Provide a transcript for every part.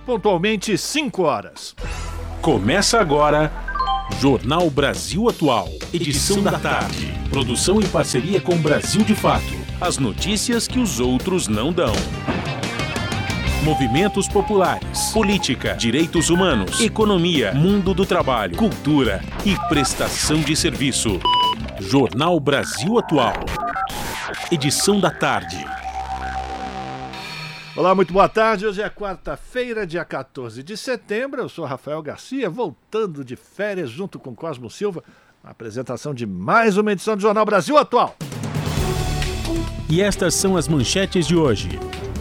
pontualmente 5 horas. Começa agora Jornal Brasil Atual, edição da tarde. Produção em parceria com Brasil de Fato. As notícias que os outros não dão. Movimentos populares, política, direitos humanos, economia, mundo do trabalho, cultura e prestação de serviço. Jornal Brasil Atual, edição da tarde. Olá, muito boa tarde. Hoje é quarta-feira, dia 14 de setembro. Eu sou Rafael Garcia, voltando de férias junto com Cosmo Silva, na apresentação de mais uma edição do Jornal Brasil Atual. E estas são as manchetes de hoje.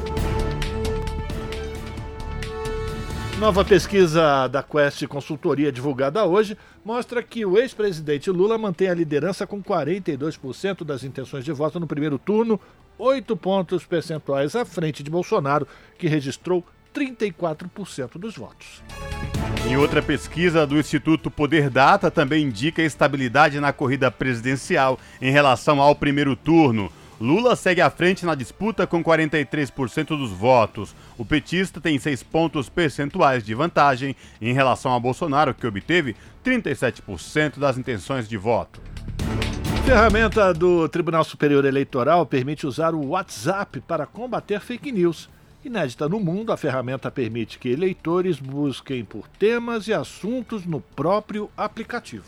Nova pesquisa da Quest Consultoria divulgada hoje mostra que o ex-presidente Lula mantém a liderança com 42% das intenções de voto no primeiro turno, 8 pontos percentuais à frente de Bolsonaro, que registrou 34% dos votos. Em outra pesquisa do Instituto Poder Data também indica estabilidade na corrida presidencial em relação ao primeiro turno. Lula segue à frente na disputa com 43% dos votos. O petista tem 6 pontos percentuais de vantagem em relação a Bolsonaro, que obteve 37% das intenções de voto. A ferramenta do Tribunal Superior Eleitoral permite usar o WhatsApp para combater fake news. Inédita no mundo, a ferramenta permite que eleitores busquem por temas e assuntos no próprio aplicativo.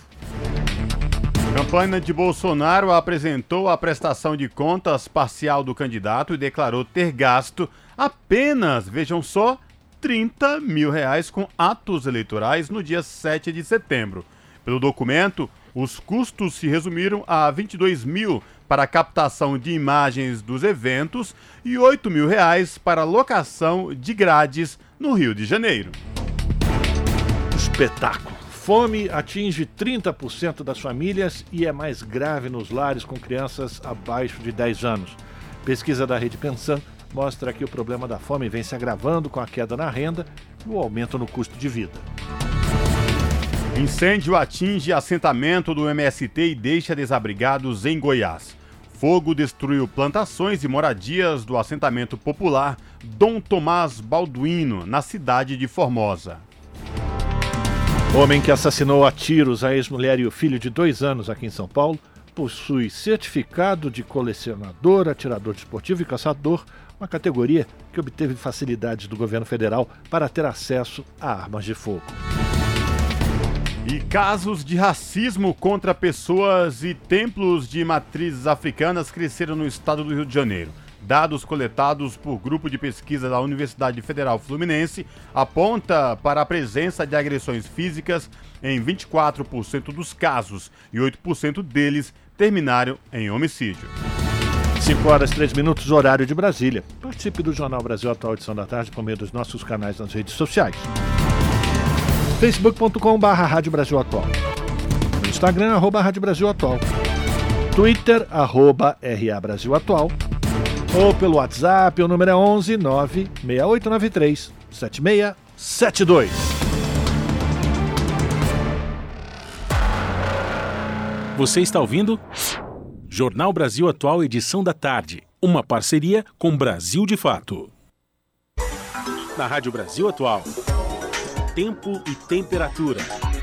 A campanha de Bolsonaro apresentou a prestação de contas parcial do candidato e declarou ter gasto apenas, vejam só, R$30 mil com atos eleitorais no dia 7 de setembro. Pelo documento, os custos se resumiram a R$22 mil para a captação de imagens dos eventos e R$8 mil para locação de grades no Rio de Janeiro. Espetáculo. Fome atinge 30% das famílias e é mais grave nos lares com crianças abaixo de 10 anos. Pesquisa da Rede Pensan mostra que o problema da fome vem se agravando com a queda na renda e o aumento no custo de vida. Incêndio atinge assentamento do MST e deixa desabrigados em Goiás. Fogo destruiu plantações e moradias do assentamento popular Dom Tomás Balduino, na cidade de Formosa. Homem que assassinou a tiros a ex-mulher e o filho de 2 anos aqui em São Paulo possui certificado de colecionador, atirador desportivo e caçador, uma categoria que obteve facilidades do governo federal para ter acesso a armas de fogo. E casos de racismo contra pessoas e templos de matrizes africanas cresceram no estado do Rio de Janeiro. Dados coletados por grupo de pesquisa da Universidade Federal Fluminense aponta para a presença de agressões físicas em 24% dos casos e 8% deles terminaram em homicídio. 5 horas, 3 minutos, horário de Brasília. Participe do Jornal Brasil Atual, edição da tarde, por meio dos nossos canais nas redes sociais. facebook.com/Rádio Brasil Atual. No Instagram, @Rádio Brasil Atual. Twitter, @RA Brasil Atual. Ou pelo WhatsApp, o número é 11 96893 7672. Você está ouvindo? Jornal Brasil Atual, edição da tarde. Uma parceria com Brasil de Fato. Na Rádio Brasil Atual. Tempo e temperatura.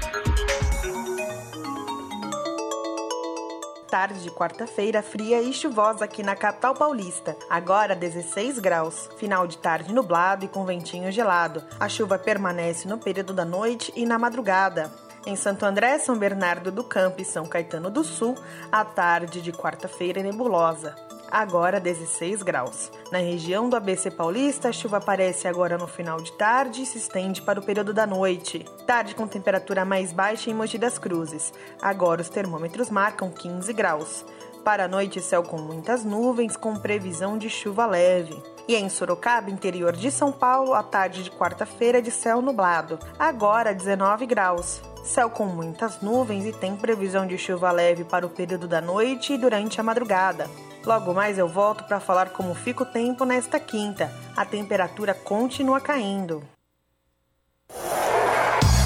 Tarde de quarta-feira fria e chuvosa aqui na capital paulista. Agora 16 graus. Final de tarde nublado e com ventinho gelado. A chuva permanece no período da noite e na madrugada. Em Santo André, São Bernardo do Campo e São Caetano do Sul, a tarde de quarta-feira é nebulosa. Agora 16 graus. Na região do ABC Paulista, a chuva aparece agora no final de tarde e se estende para o período da noite. Tarde com temperatura mais baixa em Mogi das Cruzes. Agora os termômetros marcam 15 graus. Para a noite, céu com muitas nuvens, com previsão de chuva leve. E em Sorocaba, interior de São Paulo, a tarde de quarta-feira é de céu nublado. Agora 19 graus. Céu com muitas nuvens e tem previsão de chuva leve para o período da noite e durante a madrugada. Logo mais eu volto para falar como fica o tempo nesta quinta. A temperatura continua caindo.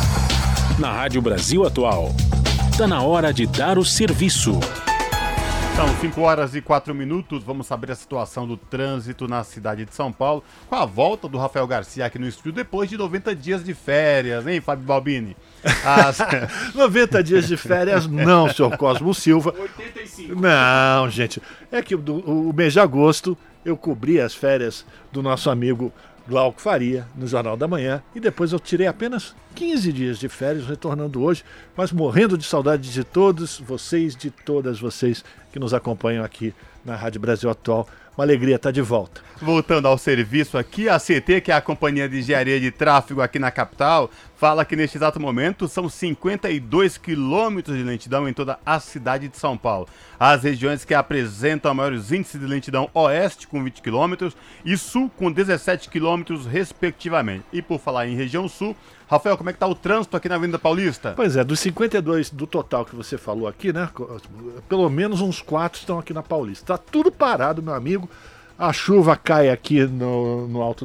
Na Rádio Brasil Atual, está na hora de dar o serviço. São 5h04, vamos saber a situação do trânsito na cidade de São Paulo, com a volta do Rafael Garcia aqui no estúdio, depois de 90 dias de férias, hein, Fábio Balbini? 90 dias de férias não, senhor Cosmo Silva. 85. Não, gente, é que o mês de agosto eu cobri as férias do nosso amigo Glauco Faria, no Jornal da Manhã, e depois eu tirei apenas 15 dias de férias, retornando hoje, mas morrendo de saudade de todos vocês, de todas vocês que nos acompanham aqui na Rádio Brasil Atual. Uma alegria estar de volta. Voltando ao serviço aqui, a CT, que é a Companhia de Engenharia de Tráfego aqui na capital, fala que neste exato momento são 52 quilômetros de lentidão em toda a cidade de São Paulo. As regiões que apresentam maiores índices de lentidão, oeste com 20 quilômetros e sul com 17 quilômetros respectivamente. E por falar em região sul, Rafael, como é que está o trânsito aqui na Avenida Paulista? Pois é, dos 52 do total que você falou aqui, né? Pelo menos uns 4 estão aqui na Paulista. Está tudo parado, meu amigo. A chuva cai aqui no alto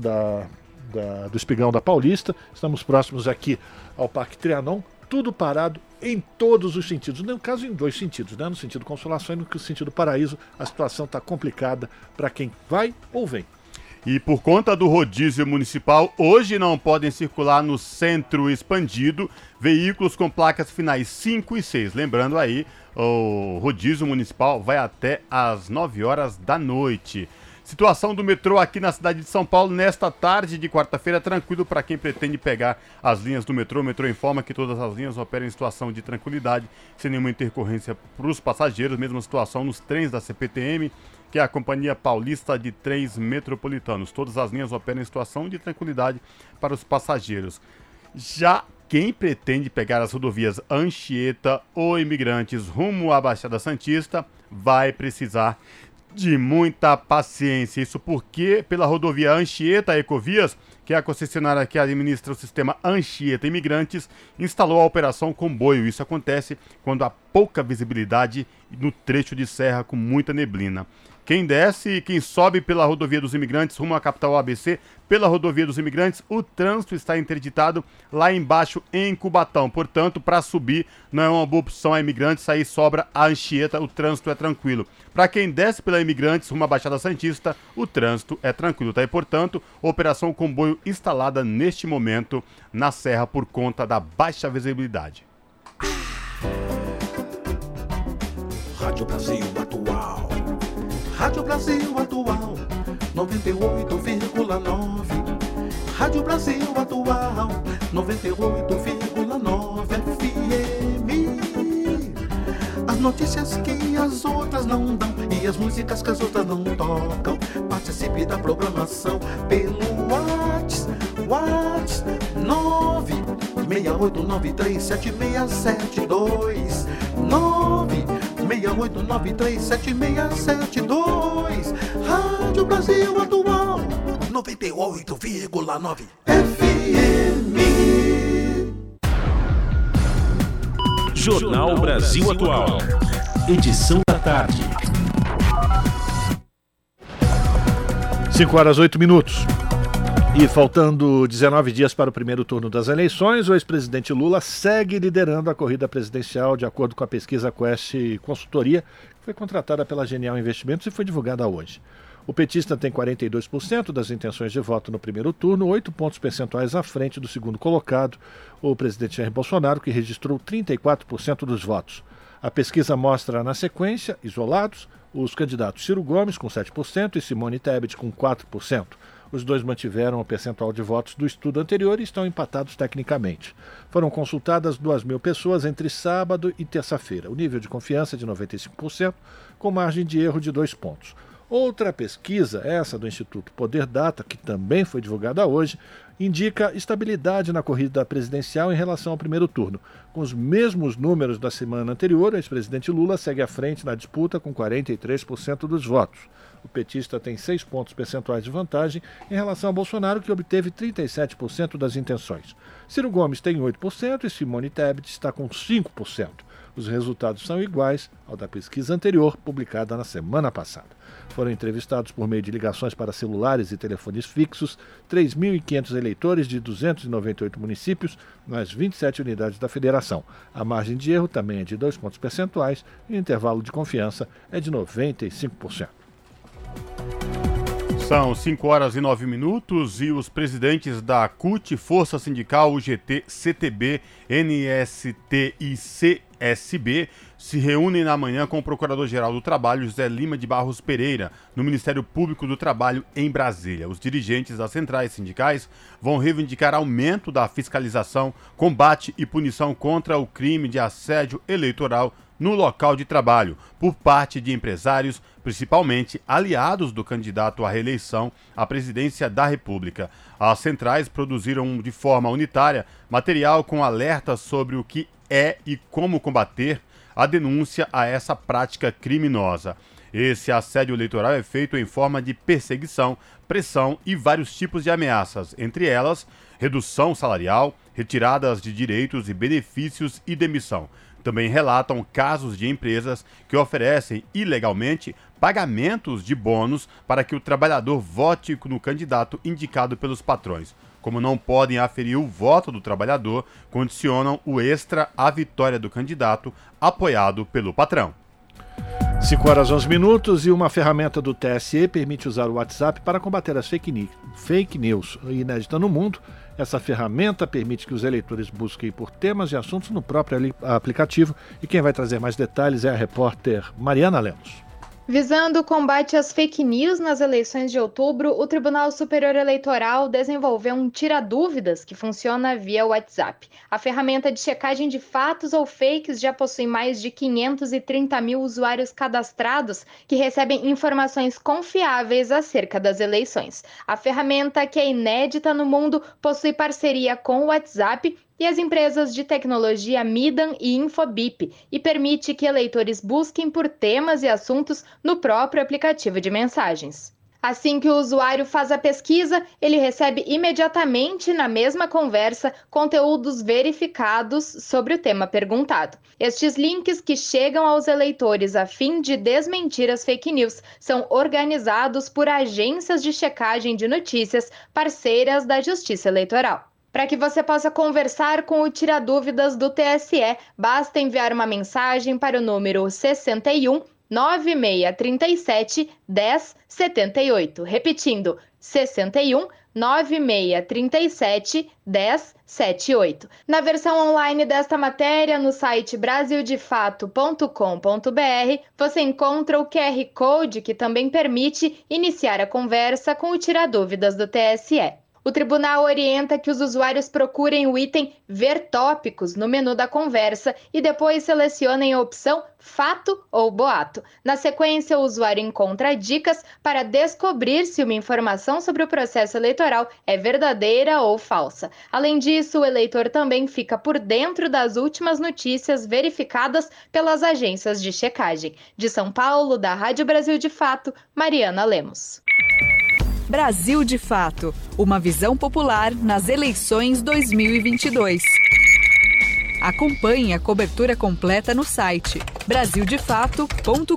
do espigão da Paulista. Estamos próximos aqui ao Parque Trianon. Tudo parado em todos os sentidos. No caso, em 2 sentidos, né? No sentido Consolação e no sentido Paraíso. A situação está complicada para quem vai ou vem. E por conta do rodízio municipal, hoje não podem circular no centro expandido veículos com placas finais 5 e 6. Lembrando aí, o rodízio municipal vai até às 9 horas da noite. Situação do metrô aqui na cidade de São Paulo nesta tarde de quarta-feira, tranquilo para quem pretende pegar as linhas do metrô. O metrô informa que todas as linhas operam em situação de tranquilidade, sem nenhuma intercorrência para os passageiros. Mesma situação nos trens da CPTM, que é a Companhia Paulista de Trens Metropolitanos. Todas as linhas operam em situação de tranquilidade para os passageiros. Já quem pretende pegar as rodovias Anchieta ou Imigrantes rumo à Baixada Santista vai precisar de muita paciência. Isso porque pela rodovia Anchieta Ecovias, que é a concessionária que administra o sistema Anchieta Imigrantes, instalou a operação comboio. Isso acontece quando há pouca visibilidade no trecho de serra com muita neblina. Quem desce e quem sobe pela rodovia dos Imigrantes rumo à capital ABC, pela rodovia dos Imigrantes, o trânsito está interditado lá embaixo em Cubatão. Portanto, para subir não é uma boa opção a Imigrantes, aí sobra a Anchieta, o trânsito é tranquilo. Para quem desce pela Imigrantes rumo à Baixada Santista, o trânsito é tranquilo. Tá? E, portanto, operação comboio instalada neste momento na serra por conta da baixa visibilidade. Rádio Brasil Atual. Rádio Brasil Atual, 98,9. Rádio Brasil Atual, 98,9 FM. As notícias que as outras não dão e as músicas que as outras não tocam. Participe da programação pelo WhatsApp 968937672 968937672. Rádio Brasil Atual 98,9 FM. Jornal Brasil Atual. Edição da tarde. 5h08. E faltando 19 dias para o primeiro turno das eleições, o ex-presidente Lula segue liderando a corrida presidencial, de acordo com a pesquisa Quest Consultoria, que foi contratada pela Genial Investimentos e foi divulgada hoje. O petista tem 42% das intenções de voto no primeiro turno, 8 pontos percentuais à frente do segundo colocado, o presidente Jair Bolsonaro, que registrou 34% dos votos. A pesquisa mostra, na sequência, isolados, os candidatos Ciro Gomes, com 7%, e Simone Tebet, com 4%. Os dois mantiveram o percentual de votos do estudo anterior e estão empatados tecnicamente. Foram consultadas 2.000 pessoas entre sábado e terça-feira. O nível de confiança é de 95%, com margem de erro de 2 pontos. Outra pesquisa, essa do Instituto Poder Data, que também foi divulgada hoje, indica estabilidade na corrida presidencial em relação ao primeiro turno. Com os mesmos números da semana anterior, o ex-presidente Lula segue à frente na disputa com 43% dos votos. O petista tem 6 pontos percentuais de vantagem em relação a Bolsonaro, que obteve 37% das intenções. Ciro Gomes tem 8% e Simone Tebet está com 5%. Os resultados são iguais ao da pesquisa anterior, publicada na semana passada. Foram entrevistados por meio de ligações para celulares e telefones fixos 3.500 eleitores eleitores de 298 municípios nas 27 unidades da federação. A margem de erro também é de 2 pontos percentuais e o intervalo de confiança é de 95%. São 5 horas e 9 minutos e os presidentes da CUT, Força Sindical, UGT, CTB, NST e CSB se reúnem na manhã com o Procurador-Geral do Trabalho, José Lima de Barros Pereira, no Ministério Público do Trabalho, em Brasília. Os dirigentes das centrais sindicais vão reivindicar aumento da fiscalização, combate e punição contra o crime de assédio eleitoral no local de trabalho, por parte de empresários, principalmente aliados do candidato à reeleição à presidência da República. As centrais produziram de forma unitária material com alertas sobre o que é e como combater a denúncia a essa prática criminosa. Esse assédio eleitoral é feito em forma de perseguição, pressão e vários tipos de ameaças, entre elas redução salarial, retiradas de direitos e benefícios e demissão. Também relatam casos de empresas que oferecem ilegalmente pagamentos de bônus para que o trabalhador vote no candidato indicado pelos patrões. Como não podem aferir o voto do trabalhador, condicionam o extra à vitória do candidato apoiado pelo patrão. 5 horas e 11 minutos e uma ferramenta do TSE permite usar o WhatsApp para combater as fake news. Inédita no mundo, essa ferramenta permite que os eleitores busquem por temas e assuntos no próprio aplicativo. E quem vai trazer mais detalhes é a repórter Mariana Lemos. Visando o combate às fake news nas eleições de outubro, o Tribunal Superior Eleitoral desenvolveu um tira-dúvidas que funciona via WhatsApp. A ferramenta de checagem de fatos ou fakes já possui mais de 530 mil usuários cadastrados que recebem informações confiáveis acerca das eleições. A ferramenta, que é inédita no mundo, possui parceria com o WhatsApp e as empresas de tecnologia Midan e Infobip e permite que eleitores busquem por temas e assuntos no próprio aplicativo de mensagens. Assim que o usuário faz a pesquisa, ele recebe imediatamente na mesma conversa conteúdos verificados sobre o tema perguntado. Estes links que chegam aos eleitores a fim de desmentir as fake news são organizados por agências de checagem de notícias parceiras da Justiça Eleitoral. Para que você possa conversar com o Tira-Dúvidas do TSE, basta enviar uma mensagem para o número 61 9637 1078. Repetindo, 61 9637 1078. Na versão online desta matéria, no site brasildefato.com.br, você encontra o QR Code que também permite iniciar a conversa com o Tira-Dúvidas do TSE. O tribunal orienta que os usuários procurem o item Ver Tópicos no menu da conversa e depois selecionem a opção Fato ou Boato. Na sequência, o usuário encontra dicas para descobrir se uma informação sobre o processo eleitoral é verdadeira ou falsa. Além disso, o eleitor também fica por dentro das últimas notícias verificadas pelas agências de checagem. De São Paulo, da Rádio Brasil de Fato, Mariana Lemos. Brasil de Fato, uma visão popular nas eleições 2022. Acompanhe a cobertura completa no site brasildefato.com.br.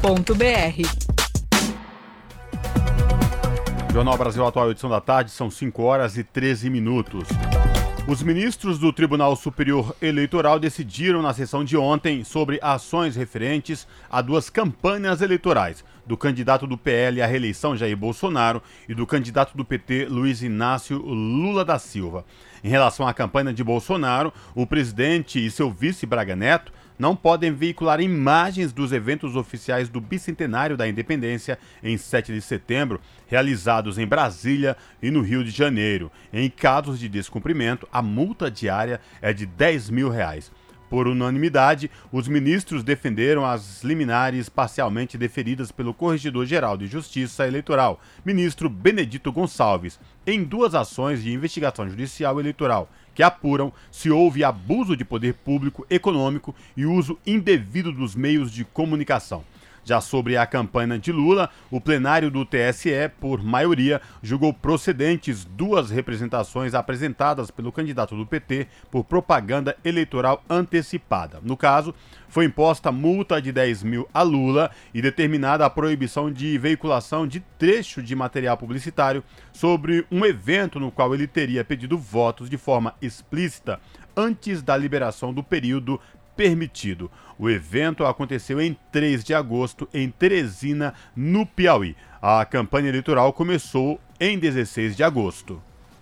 Jornal Brasil Atual, edição da tarde, são 5 horas e 13 minutos. Os ministros do Tribunal Superior Eleitoral decidiram na sessão de ontem sobre ações referentes a 2 campanhas eleitorais, do candidato do PL à reeleição Jair Bolsonaro e do candidato do PT Luiz Inácio Lula da Silva. Em relação à campanha de Bolsonaro, o presidente e seu vice Braga Neto não podem veicular imagens dos eventos oficiais do bicentenário da Independência em 7 de setembro, realizados em Brasília e no Rio de Janeiro. Em casos de descumprimento, a multa diária é de R$10 mil. Por unanimidade, os ministros defenderam as liminares parcialmente deferidas pelo Corregedor-Geral de Justiça Eleitoral, ministro Benedito Gonçalves, em 2 ações de investigação judicial eleitoral, que apuram se houve abuso de poder público econômico e uso indevido dos meios de comunicação. Já sobre a campanha de Lula, o plenário do TSE, por maioria, julgou procedentes 2 representações apresentadas pelo candidato do PT por propaganda eleitoral antecipada. No caso, foi imposta multa de 10 mil a Lula e determinada a proibição de veiculação de trecho de material publicitário sobre um evento no qual ele teria pedido votos de forma explícita antes da liberação do período permitido. O evento aconteceu em 3 de agosto em Teresina, no Piauí. A campanha eleitoral começou em 16 de agosto.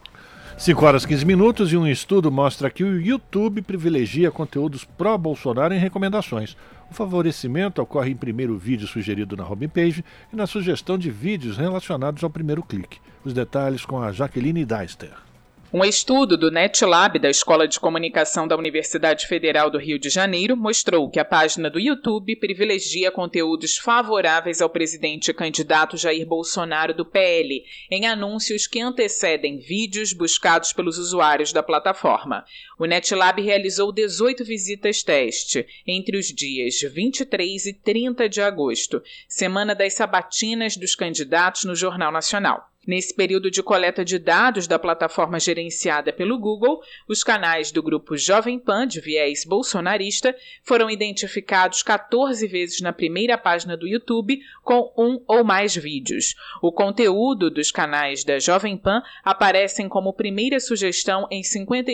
5h15 e um estudo mostra que o YouTube privilegia conteúdos pró-Bolsonaro em recomendações. O favorecimento ocorre em primeiro vídeo sugerido na homepage e na sugestão de vídeos relacionados ao primeiro clique. Os detalhes com a Jaqueline Deister. Um estudo do NetLab da Escola de Comunicação da Universidade Federal do Rio de Janeiro mostrou que a página do YouTube privilegia conteúdos favoráveis ao presidente e candidato Jair Bolsonaro do PL, em anúncios que antecedem vídeos buscados pelos usuários da plataforma. O NetLab realizou 18 visitas teste entre os dias 23 e 30 de agosto, semana das sabatinas dos candidatos no Jornal Nacional. Nesse período de coleta de dados da plataforma gerenciada pelo Google, os canais do grupo Jovem Pan, de viés bolsonarista, foram identificados 14 vezes na primeira página do YouTube com 1 ou mais vídeos. O conteúdo dos canais da Jovem Pan aparecem como primeira sugestão em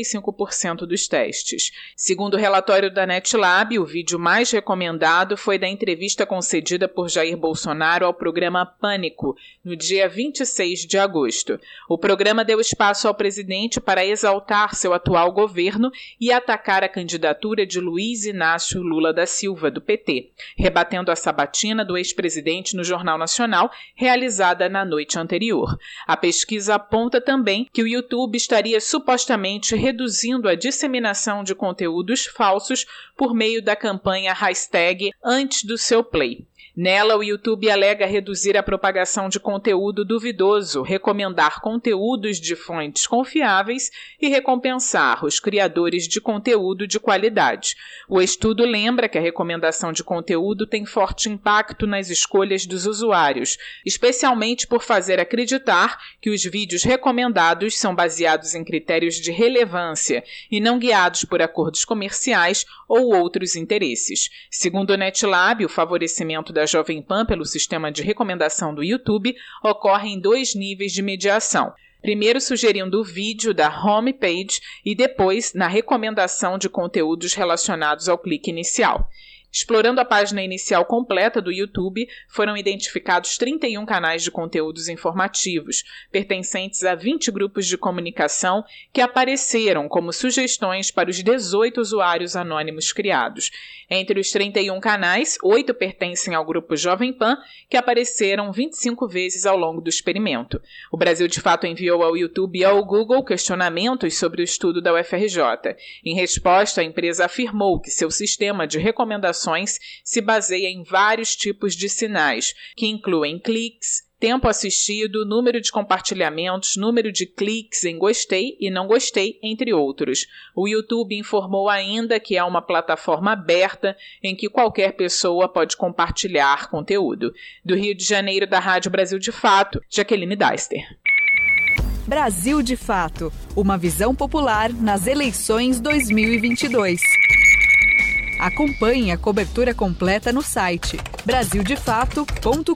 55% dos testes. Segundo o relatório da NetLab, o vídeo mais recomendado foi da entrevista concedida por Jair Bolsonaro ao programa Pânico, no dia 26 de agosto. O programa deu espaço ao presidente para exaltar seu atual governo e atacar a candidatura de Luiz Inácio Lula da Silva, do PT, rebatendo a sabatina do ex-presidente no Jornal Nacional, realizada na noite anterior. A pesquisa aponta também que o YouTube estaria supostamente reduzindo a disseminação de conteúdos falsos por meio da campanha hashtag antes do seu play. Nela, o YouTube alega reduzir a propagação de conteúdo duvidoso, recomendar conteúdos de fontes confiáveis e recompensar os criadores de conteúdo de qualidade. O estudo lembra que a recomendação de conteúdo tem forte impacto nas escolhas dos usuários, especialmente por fazer acreditar que os vídeos recomendados são baseados em critérios de relevância e não guiados por acordos comerciais ou outros interesses. Segundo o NetLab, o favorecimento da Jovem Pan pelo sistema de recomendação do YouTube ocorre em 2 níveis de mediação. Primeiro sugerindo o vídeo da homepage e depois na recomendação de conteúdos relacionados ao clique inicial. Explorando a página inicial completa do YouTube, foram identificados 31 canais de conteúdos informativos, pertencentes a 20 grupos de comunicação que apareceram como sugestões para os 18 usuários anônimos criados. Entre os 31 canais, 8 pertencem ao grupo Jovem Pan, que apareceram 25 vezes ao longo do experimento. O Brasil de Fato enviou ao YouTube e ao Google questionamentos sobre o estudo da UFRJ. Em resposta, a empresa afirmou que seu sistema de recomendações se baseia em vários tipos de sinais, que incluem cliques, tempo assistido, número de compartilhamentos, número de cliques em gostei e não gostei, entre outros. O YouTube informou ainda que é uma plataforma aberta em que qualquer pessoa pode compartilhar conteúdo. Do Rio de Janeiro, da Rádio Brasil de Fato, Jaqueline Deister. Brasil de Fato, uma visão popular nas eleições 2022. Acompanhe a cobertura completa no site brasildefato.com.br.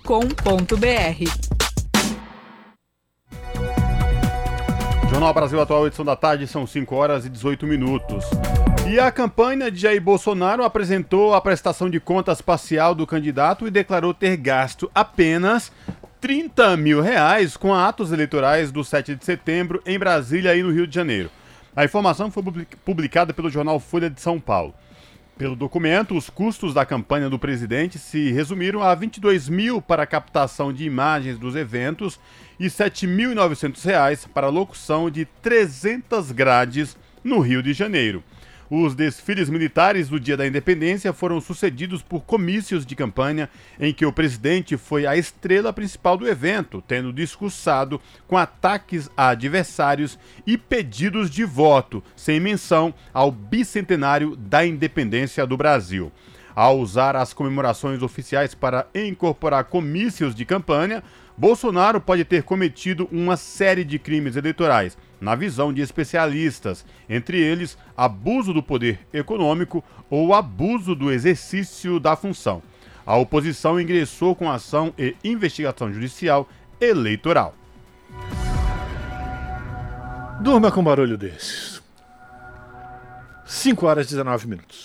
Jornal Brasil Atual, edição da tarde, são 5h18. E a campanha de Jair Bolsonaro apresentou a prestação de contas parcial do candidato e declarou ter gasto apenas R$30 mil com atos eleitorais do 7 de setembro em Brasília e no Rio de Janeiro. A informação foi publicada pelo jornal Folha de São Paulo. Pelo documento, os custos da campanha do presidente se resumiram a R$22 mil para a captação de imagens dos eventos e R$7.900 para a locução de 300 grades no Rio de Janeiro. Os desfiles militares do Dia da Independência foram sucedidos por comícios de campanha em que o presidente foi a estrela principal do evento, tendo discursado com ataques a adversários e pedidos de voto, sem menção ao bicentenário da independência do Brasil. Ao usar as comemorações oficiais para incorporar comícios de campanha, Bolsonaro pode ter cometido uma série de crimes eleitorais, na visão de especialistas, entre eles abuso do poder econômico ou abuso do exercício da função. A oposição ingressou com ação e investigação judicial eleitoral. Durma com barulho desses. 5 horas e 19 minutos.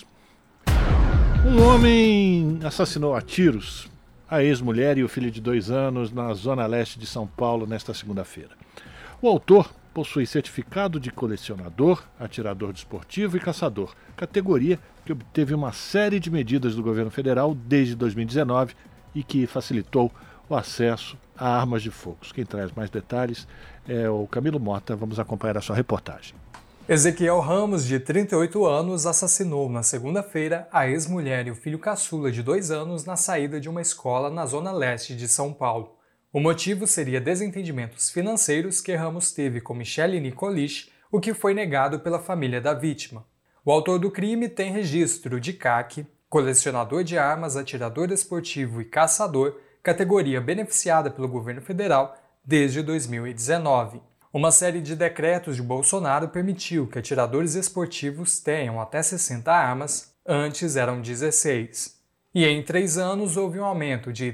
Um homem assassinou a tiros a ex-mulher e o filho de 2 anos na zona leste de São Paulo nesta segunda-feira. O autor possui certificado de colecionador, atirador desportivo e caçador, categoria que obteve uma série de medidas do governo federal desde 2019 e que facilitou o acesso a armas de fogo. Quem traz mais detalhes é o Camilo Mota. Vamos acompanhar a sua reportagem. Ezequiel Ramos, de 38 anos, assassinou na segunda-feira a ex-mulher e o filho caçula de 2 anos na saída de uma escola na zona leste de São Paulo. O motivo seria desentendimentos financeiros que Ramos teve com Michele Nicolich, o que foi negado pela família da vítima. O autor do crime tem registro de CAC, colecionador de armas, atirador esportivo e caçador, categoria beneficiada pelo governo federal desde 2019. Uma série de decretos de Bolsonaro permitiu que atiradores esportivos tenham até 60 armas, antes eram 16. E em 3 anos houve um aumento de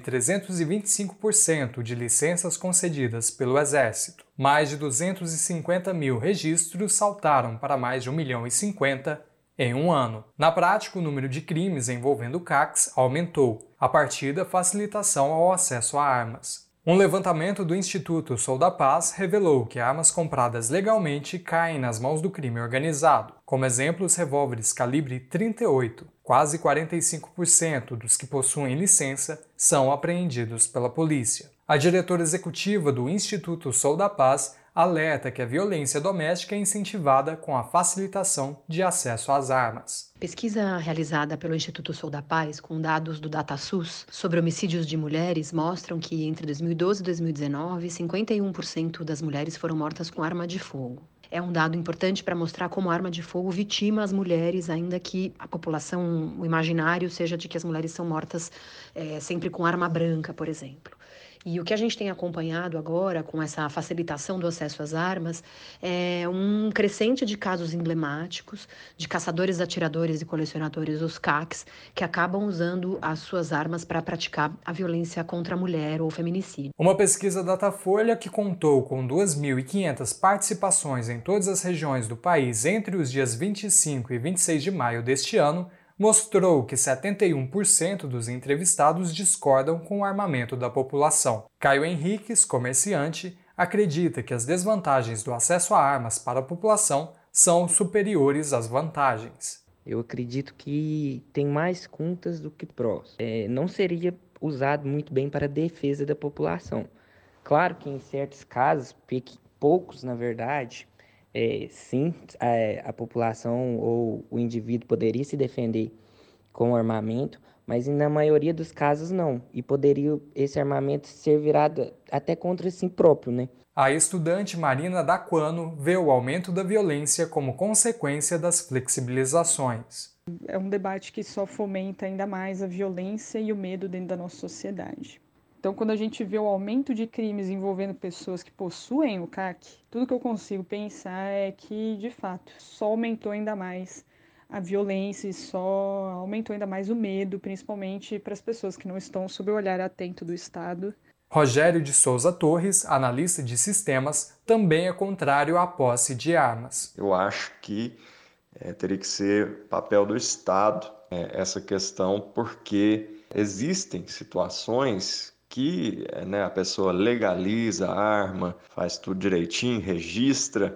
325% de licenças concedidas pelo Exército. Mais de 250 mil registros saltaram para mais de 1,050 milhão em um ano. Na prática, o número de crimes envolvendo CACs aumentou, a partir da facilitação ao acesso a armas. Um levantamento do Instituto Sou da Paz revelou que armas compradas legalmente caem nas mãos do crime organizado. Como exemplo, os revólveres calibre 38, quase 45% dos que possuem licença, são apreendidos pela polícia. A diretora executiva do Instituto Sou da Paz alerta que a violência doméstica é incentivada com a facilitação de acesso às armas. Pesquisa realizada pelo Instituto Sou da Paz com dados do DataSUS sobre homicídios de mulheres mostram que entre 2012 e 2019, 51% das mulheres foram mortas com arma de fogo. É um dado importante para mostrar como a arma de fogo vitima as mulheres, ainda que a população, o imaginário seja de que as mulheres são mortas sempre com arma branca, por exemplo. E o que a gente tem acompanhado agora, com essa facilitação do acesso às armas, é um crescente de casos emblemáticos de caçadores, atiradores e colecionadores, os CACs, que acabam usando as suas armas para praticar a violência contra a mulher ou o feminicídio. Uma pesquisa Datafolha que contou com 2.500 participações em todas as regiões do país entre os dias 25 e 26 de maio deste ano, mostrou que 71% dos entrevistados discordam com o armamento da população. Caio Henriques, comerciante, acredita que as desvantagens do acesso a armas para a população são superiores às vantagens. Eu acredito que tem mais contas do que prós. Não seria usado muito bem para a defesa da população. Claro que em certos casos, poucos na verdade, sim, a população ou o indivíduo poderia se defender com armamento, mas na maioria dos casos não. E poderia esse armamento ser virado até contra si próprio, né? A estudante Marina Daquano vê o aumento da violência como consequência das flexibilizações. É um debate que só fomenta ainda mais a violência e o medo dentro da nossa sociedade. Então, quando a gente vê o aumento de crimes envolvendo pessoas que possuem o CAC, tudo que eu consigo pensar é que, de fato, só aumentou ainda mais a violência e só aumentou ainda mais o medo, principalmente para as pessoas que não estão sob o olhar atento do Estado. Rogério de Souza Torres, analista de sistemas, também é contrário à posse de armas. Eu acho que teria que ser papel do Estado essa questão, porque existem situações que a pessoa legaliza a arma, faz tudo direitinho, registra,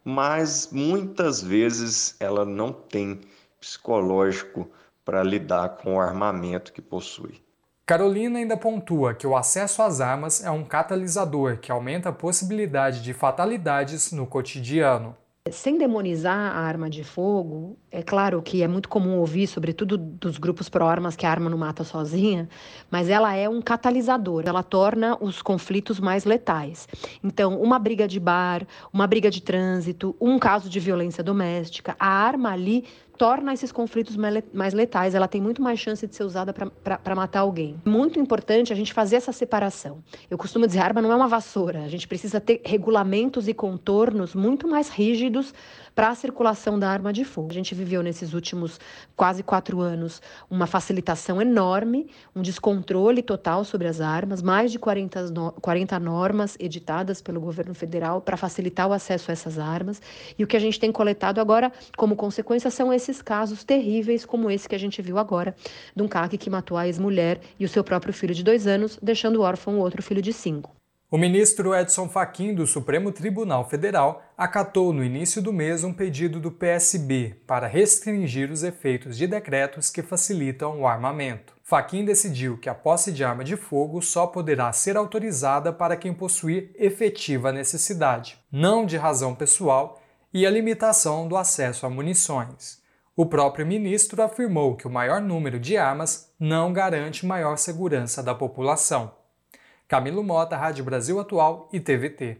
mas muitas vezes ela não tem psicológico para lidar com o armamento que possui. Carolina ainda pontua que o acesso às armas é um catalisador que aumenta a possibilidade de fatalidades no cotidiano. Sem demonizar a arma de fogo, é claro que é muito comum ouvir, sobretudo dos grupos pró-armas, que a arma não mata sozinha, mas ela é um catalisador, ela torna os conflitos mais letais. Então, uma briga de bar, uma briga de trânsito, um caso de violência doméstica, a arma ali torna esses conflitos mais letais, ela tem muito mais chance de ser usada para matar alguém. Muito importante a gente fazer essa separação. Eu costumo dizer, a arma não é uma vassoura, a gente precisa ter regulamentos e contornos muito mais rígidos para a circulação da arma de fogo. A gente viveu nesses últimos quase 4 anos uma facilitação enorme, um descontrole total sobre as armas, mais de 40 normas editadas pelo governo federal para facilitar o acesso a essas armas. E o que a gente tem coletado agora, como consequência, são esses casos terríveis, como esse que a gente viu agora, de um CAC que matou a ex-mulher e o seu próprio filho de 2 anos, deixando órfão o outro filho de 5. O ministro Edson Fachin, do Supremo Tribunal Federal, acatou no início do mês um pedido do PSB para restringir os efeitos de decretos que facilitam o armamento. Fachin decidiu que a posse de arma de fogo só poderá ser autorizada para quem possuir efetiva necessidade, não de razão pessoal, e a limitação do acesso a munições. O próprio ministro afirmou que o maior número de armas não garante maior segurança da população. Camilo Mota, Rádio Brasil Atual e TVT.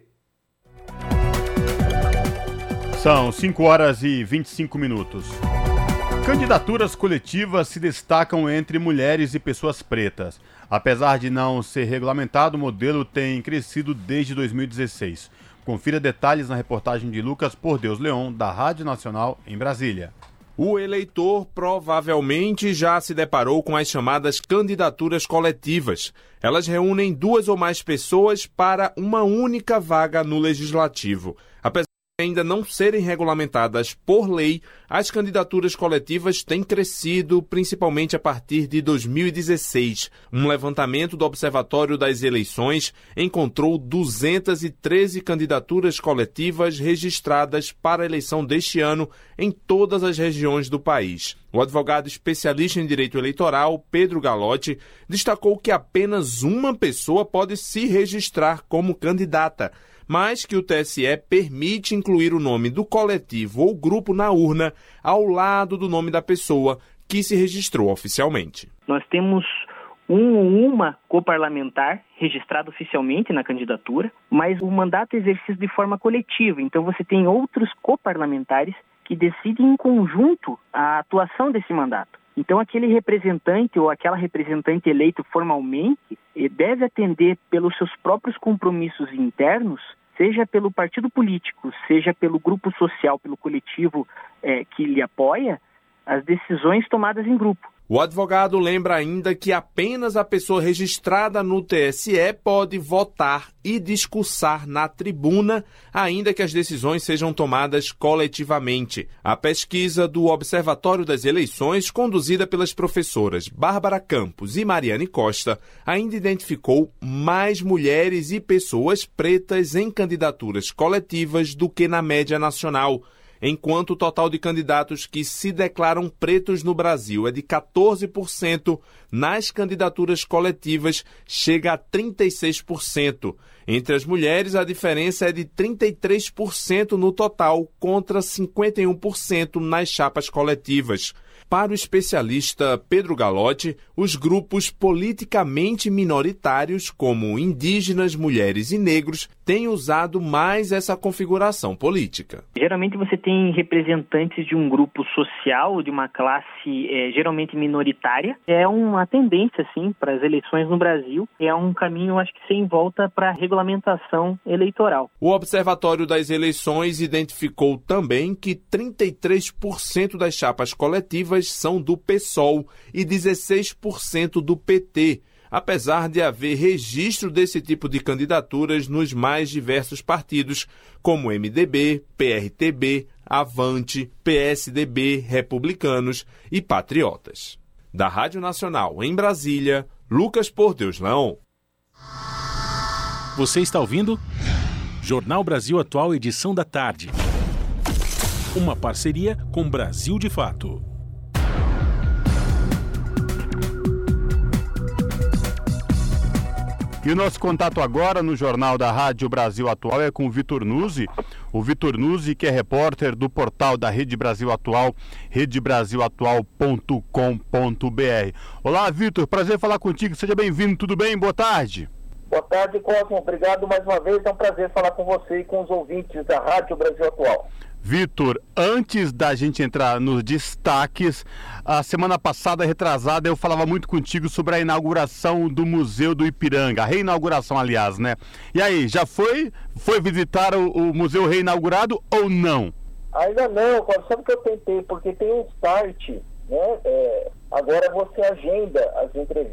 São 5 horas e 25 minutos. Candidaturas coletivas se destacam entre mulheres e pessoas pretas. Apesar de não ser regulamentado, o modelo tem crescido desde 2016. Confira detalhes na reportagem de Lucas Por Deus Leon, da Rádio Nacional, em Brasília. O eleitor provavelmente já se deparou com as chamadas candidaturas coletivas. Elas reúnem 2 ou mais pessoas para uma única vaga no Legislativo. Apesar de ainda não serem regulamentadas por lei, as candidaturas coletivas têm crescido, principalmente a partir de 2016. Um levantamento do Observatório das Eleições encontrou 213 candidaturas coletivas registradas para a eleição deste ano em todas as regiões do país. O advogado especialista em direito eleitoral, Pedro Galotti, destacou que apenas uma pessoa pode se registrar como candidata, mas que o TSE permite incluir o nome do coletivo ou grupo na urna ao lado do nome da pessoa que se registrou oficialmente. Nós temos uma coparlamentar registrada oficialmente na candidatura, mas o mandato é exercido de forma coletiva. Então você tem outros coparlamentares que decidem em conjunto a atuação desse mandato. Então aquele representante ou aquela representante eleito formalmente deve atender pelos seus próprios compromissos internos, seja pelo partido político, seja pelo grupo social, pelo coletivo que lhe apoia, as decisões tomadas em grupo. O advogado lembra ainda que apenas a pessoa registrada no TSE pode votar e discursar na tribuna, ainda que as decisões sejam tomadas coletivamente. A pesquisa do Observatório das Eleições, conduzida pelas professoras Bárbara Campos e Mariane Costa, ainda identificou mais mulheres e pessoas pretas em candidaturas coletivas do que na média nacional. Enquanto o total de candidatos que se declaram pretos no Brasil é de 14%, nas candidaturas coletivas chega a 36%. Entre as mulheres, a diferença é de 33% no total, contra 51% nas chapas coletivas. Para o especialista Pedro Galotti, os grupos politicamente minoritários, como indígenas, mulheres e negros, têm usado mais essa configuração política. Geralmente você tem representantes de um grupo social, de uma classe geralmente minoritária. É uma tendência, sim, para as eleições no Brasil. É um caminho, acho que sem volta, para a regulamentação eleitoral. O Observatório das Eleições identificou também que 33% das chapas coletivas são do PSOL e 16% do PT, apesar de haver registro desse tipo de candidaturas nos mais diversos partidos, como MDB, PRTB, Avante, PSDB, Republicanos e Patriotas. Da Rádio Nacional em Brasília, Lucas Por Deus Leon. Você está ouvindo? Jornal Brasil Atual, edição da tarde. Uma parceria com Brasil de Fato. E o nosso contato agora no Jornal da Rádio Brasil Atual é com o Vitor Nuzzi. O Vitor Nuzzi, que é repórter do portal da Rede Brasil Atual, redebrasilatual.com.br. Olá, Vitor, prazer falar contigo. Seja bem-vindo, tudo bem? Boa tarde. Boa tarde, Cosmo. Obrigado mais uma vez. É um prazer falar com você e com os ouvintes da Rádio Brasil Atual. Vitor, antes da gente entrar nos destaques, a semana passada, retrasada, eu falava muito contigo sobre a inauguração do Museu do Ipiranga, a reinauguração, aliás, né? E aí, já foi visitar o museu reinaugurado ou não? Ainda não, Cosmo. Sabe que eu tentei? Porque tem um site, né? Agora você agenda as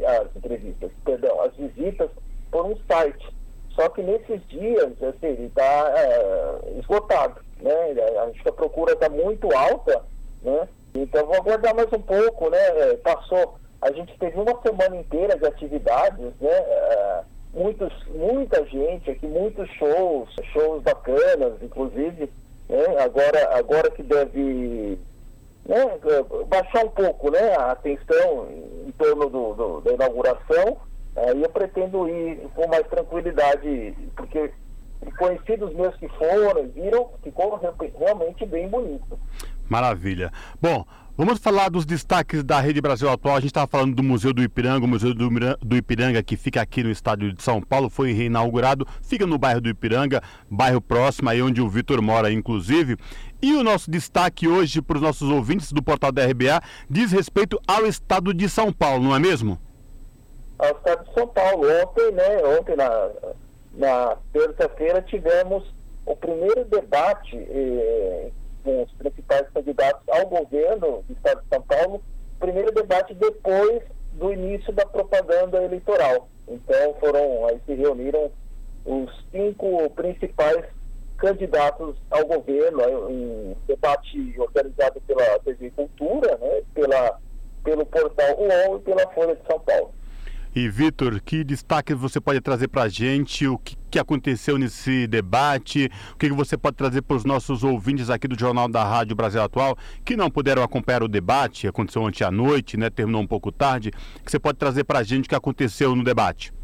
visitas por um site. Só que nesses dias, assim, ele está esgotado, né? Acho que a procura está muito alta, né? Então vou aguardar mais um pouco, né? A gente teve uma semana inteira de atividades, né? Muita gente aqui, muitos shows bacanas, inclusive, né? Agora que deve, né, baixar um pouco, né, a atenção em torno da inauguração. Eu pretendo ir com mais tranquilidade, porque conhecidos meus que foram, viram, ficou realmente bem bonito. Maravilha. Bom, vamos falar dos destaques da Rede Brasil Atual. A gente estava falando do Museu do Ipiranga. O Museu do Ipiranga, que fica aqui no estado de São Paulo, foi reinaugurado, fica no bairro do Ipiranga, bairro próximo, aí onde o Vitor mora, inclusive. E o nosso destaque hoje para os nossos ouvintes do portal da RBA diz respeito ao estado de São Paulo, não é mesmo? Ao estado de São Paulo. Ontem na terça-feira, tivemos o primeiro debate com os principais candidatos ao governo do estado de São Paulo, primeiro debate depois do início da propaganda eleitoral. Então aí se reuniram os 5 principais candidatos ao governo, um debate organizado pela TV Cultura, né, pelo portal UOL e pela Folha de São Paulo. E, Vitor, que destaque você pode trazer para a gente? O que aconteceu nesse debate? O que você pode trazer para os nossos ouvintes aqui do Jornal da Rádio Brasil Atual, que não puderam acompanhar o debate, aconteceu ontem à noite, né? Terminou um pouco tarde. O que você pode trazer para a gente o que aconteceu no debate?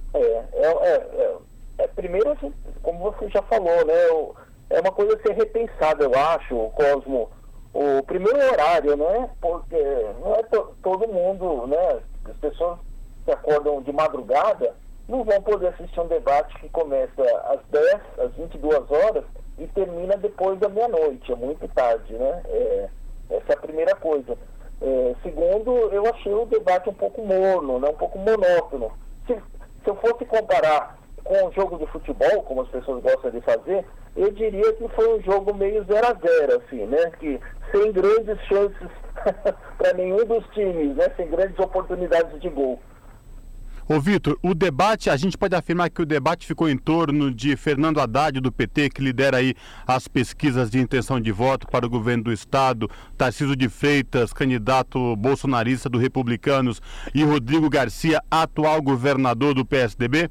Primeiro, como você já falou, né? É uma coisa a ser repensada, eu acho, Cosmo. O primeiro horário, né? Porque não é todo mundo, né? As pessoas que acordam de madrugada não vão poder assistir um debate que começa às 10, às 22 horas e termina depois da meia-noite, é muito tarde, né? Essa é a primeira coisa. Segundo, eu achei o debate um pouco morno, né? Um pouco monótono. Se eu fosse comparar com o jogo de futebol, como as pessoas gostam de fazer, eu diria que foi um jogo meio 0-0, assim, né? Que sem grandes chances para nenhum dos times, né? Sem grandes oportunidades de gol. Ô Vitor, o debate, a gente pode afirmar que o debate ficou em torno de Fernando Haddad, do PT, que lidera aí as pesquisas de intenção de voto para o governo do estado, Tarcísio de Freitas, candidato bolsonarista do Republicanos, e Rodrigo Garcia, atual governador do PSDB?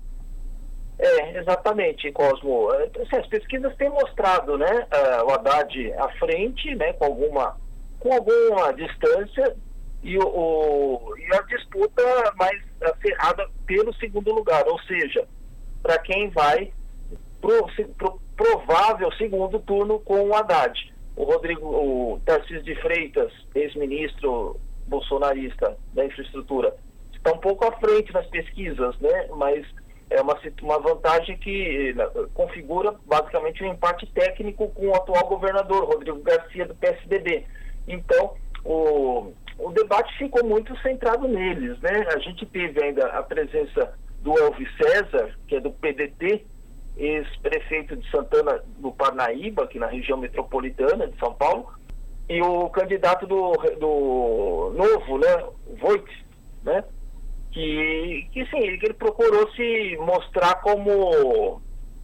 Exatamente, Cosmo. As pesquisas têm mostrado, né, o Haddad à frente, né, com alguma distância, e a disputa mais acirrada pelo segundo lugar, ou seja, para quem vai pro provável segundo turno com o Haddad. O Tarcísio de Freitas, ex-ministro bolsonarista da infraestrutura, está um pouco à frente nas pesquisas, né? Mas é uma vantagem que configura basicamente um empate técnico com o atual governador, Rodrigo Garcia, do PSDB. Então, o debate ficou muito centrado neles, né? A gente teve ainda a presença do Elvis César, que é do PDT, ex-prefeito de Santana do Parnaíba, aqui na região metropolitana de São Paulo, e o candidato do Novo, né, Voit, né, que ele procurou se mostrar como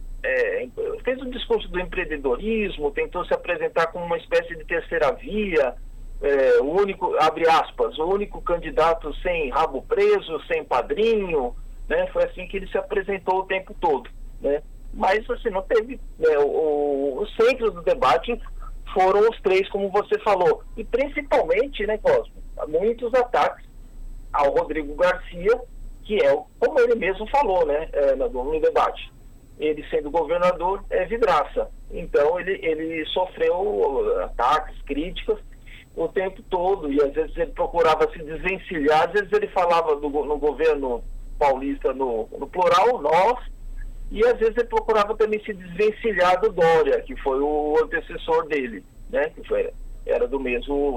fez um discurso do empreendedorismo, tentou se apresentar como uma espécie de terceira via, o único, abre aspas, o único candidato sem rabo preso, sem padrinho, né? Foi assim que ele se apresentou o tempo todo, né? Mas assim, não teve, né, os centros do debate foram os 3, como você falou, e principalmente, né, Cosmo, muitos ataques ao Rodrigo Garcia, que como ele mesmo falou, né, no debate, ele sendo governador é vidraça, então ele sofreu ataques, críticas o tempo todo, e às vezes ele procurava se desvencilhar, às vezes ele falava no governo paulista no plural, nós, e às vezes ele procurava também se desvencilhar do Dória, que foi o antecessor dele, né? Que era do mesmo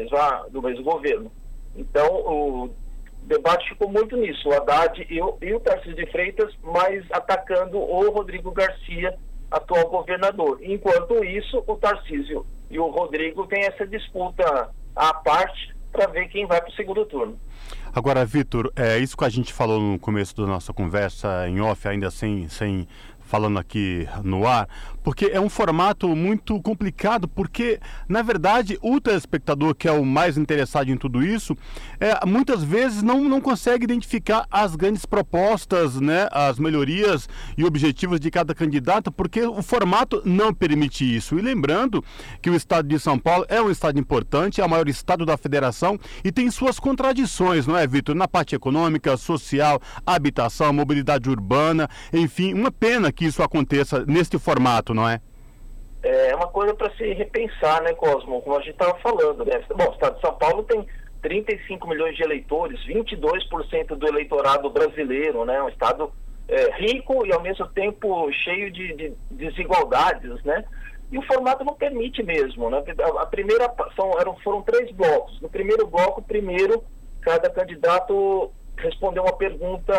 governo. Então, o debate ficou muito nisso, o Haddad e o Tarcísio de Freitas, mas atacando o Rodrigo Garcia, atual governador. Enquanto isso, o Tarcísio e o Rodrigo têm essa disputa à parte para ver quem vai para o segundo turno. Agora, Vitor, isso que a gente falou no começo da nossa conversa em off, ainda sem falando aqui no ar, porque é um formato muito complicado, porque, na verdade, o telespectador, que é o mais interessado em tudo isso, muitas vezes não consegue identificar as grandes propostas, né, as melhorias e objetivos de cada candidato, porque o formato não permite isso. E lembrando que o estado de São Paulo é um estado importante, é o maior estado da federação e tem suas contradições, não é, Vitor? Na parte econômica, social, habitação, mobilidade urbana, enfim, uma pena que isso aconteça neste formato, não é? É uma coisa para se repensar, né, Cosmo? Como a gente estava falando, né? Bom, o estado de São Paulo tem 35 milhões de eleitores, 22% do eleitorado brasileiro, né? Um estado rico e ao mesmo tempo cheio de desigualdades, né? E o formato não permite mesmo, né? A primeira foram 3 blocos. No primeiro bloco, cada candidato respondeu uma pergunta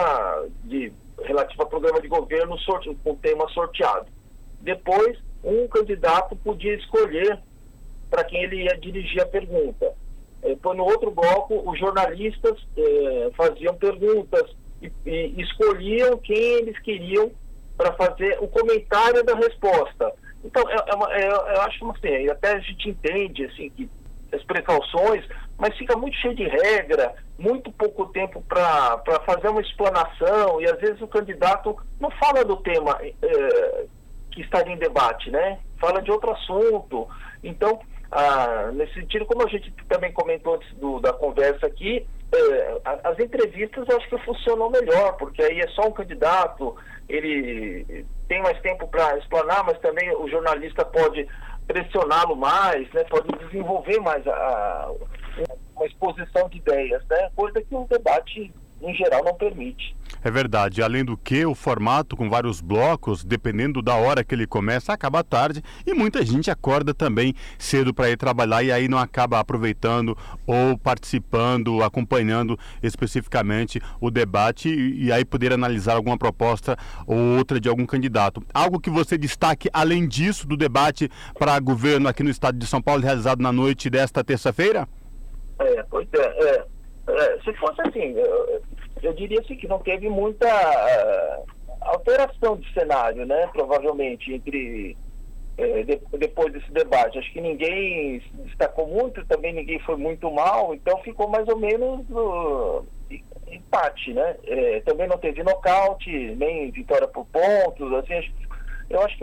relativa ao programa de governo com tema sorteado. Depois, um candidato podia escolher para quem ele ia dirigir a pergunta. No outro bloco, os jornalistas faziam perguntas e escolhiam quem eles queriam para fazer o comentário da resposta. Então, eu acho que assim, até a gente entende assim, que as precauções, mas fica muito cheio de regra, muito pouco tempo para fazer uma explanação, e às vezes o candidato não fala do tema que está em debate, né? Fala de outro assunto. Então, nesse sentido, como a gente também comentou antes da conversa aqui, as entrevistas eu acho que funcionam melhor, porque aí é só um candidato, ele tem mais tempo para explanar, mas também o jornalista pode pressioná-lo mais, né? Pode desenvolver mais uma exposição de ideias, né? Coisa que o debate, em geral, não permite. É verdade. Além do que, o formato com vários blocos, dependendo da hora que ele começa, acaba tarde e muita gente acorda também cedo para ir trabalhar e aí não acaba aproveitando ou participando, acompanhando especificamente o debate e aí poder analisar alguma proposta ou outra de algum candidato. Algo que você destaque, além disso, do debate para governo aqui no estado de São Paulo, realizado na noite desta terça-feira? Pois se fosse assim, eu diria assim que não teve muita alteração de cenário, né? Provavelmente depois desse debate. Acho que ninguém se destacou muito, também ninguém foi muito mal, então ficou mais ou menos empate, né? Também não teve nocaute, nem vitória por pontos, assim. Eu acho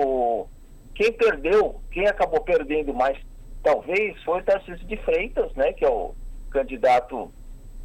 que quem acabou perdendo mais, talvez, foi o Tarcísio de Freitas, né? Que é o candidato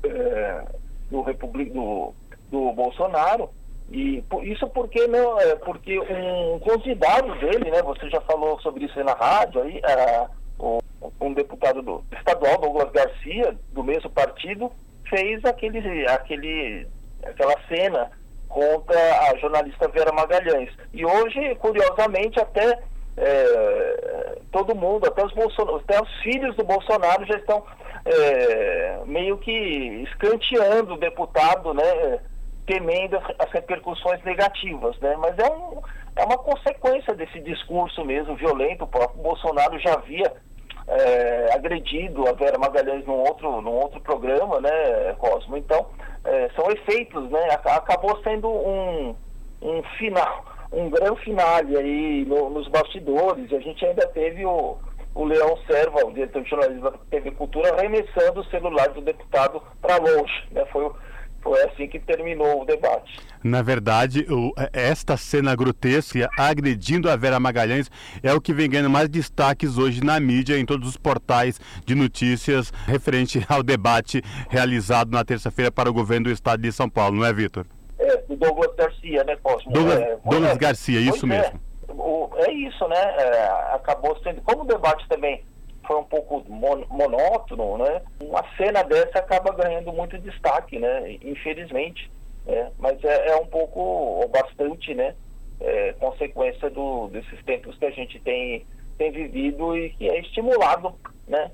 do Bolsonaro, e isso porque um convidado dele, né, você já falou sobre isso aí na rádio, aí, um deputado estadual, Douglas Garcia, do mesmo partido, fez aquela cena contra a jornalista Vera Magalhães. E hoje, curiosamente, até todo mundo, até os filhos do Bolsonaro já estão meio que escanteando o deputado, né, temendo as repercussões negativas, né? Mas é uma consequência desse discurso mesmo violento. O próprio Bolsonaro já havia agredido a Vera Magalhães num outro programa, né, Cosmo? Então, são efeitos, né? Acabou sendo um final, um grande finale aí nos bastidores. A gente ainda teve o Leão Serva, o diretor de jornalismo da TV Cultura, arremessando o celular do deputado para longe, né? Foi assim que terminou o debate. Na verdade, esta cena grotesca agredindo a Vera Magalhães é o que vem ganhando mais destaques hoje na mídia, em todos os portais de notícias referente ao debate realizado na terça-feira para o governo do estado de São Paulo, não é, Vitor? Do Douglas Garcia, né, Cosmo? Douglas Garcia, isso mesmo. É isso, né? Acabou sendo, como o debate também foi um pouco monótono, né? Uma cena dessa acaba ganhando muito destaque, né? Infelizmente. Mas é um pouco, ou bastante, né, consequência desses tempos que a gente tem vivido e que é estimulado, né,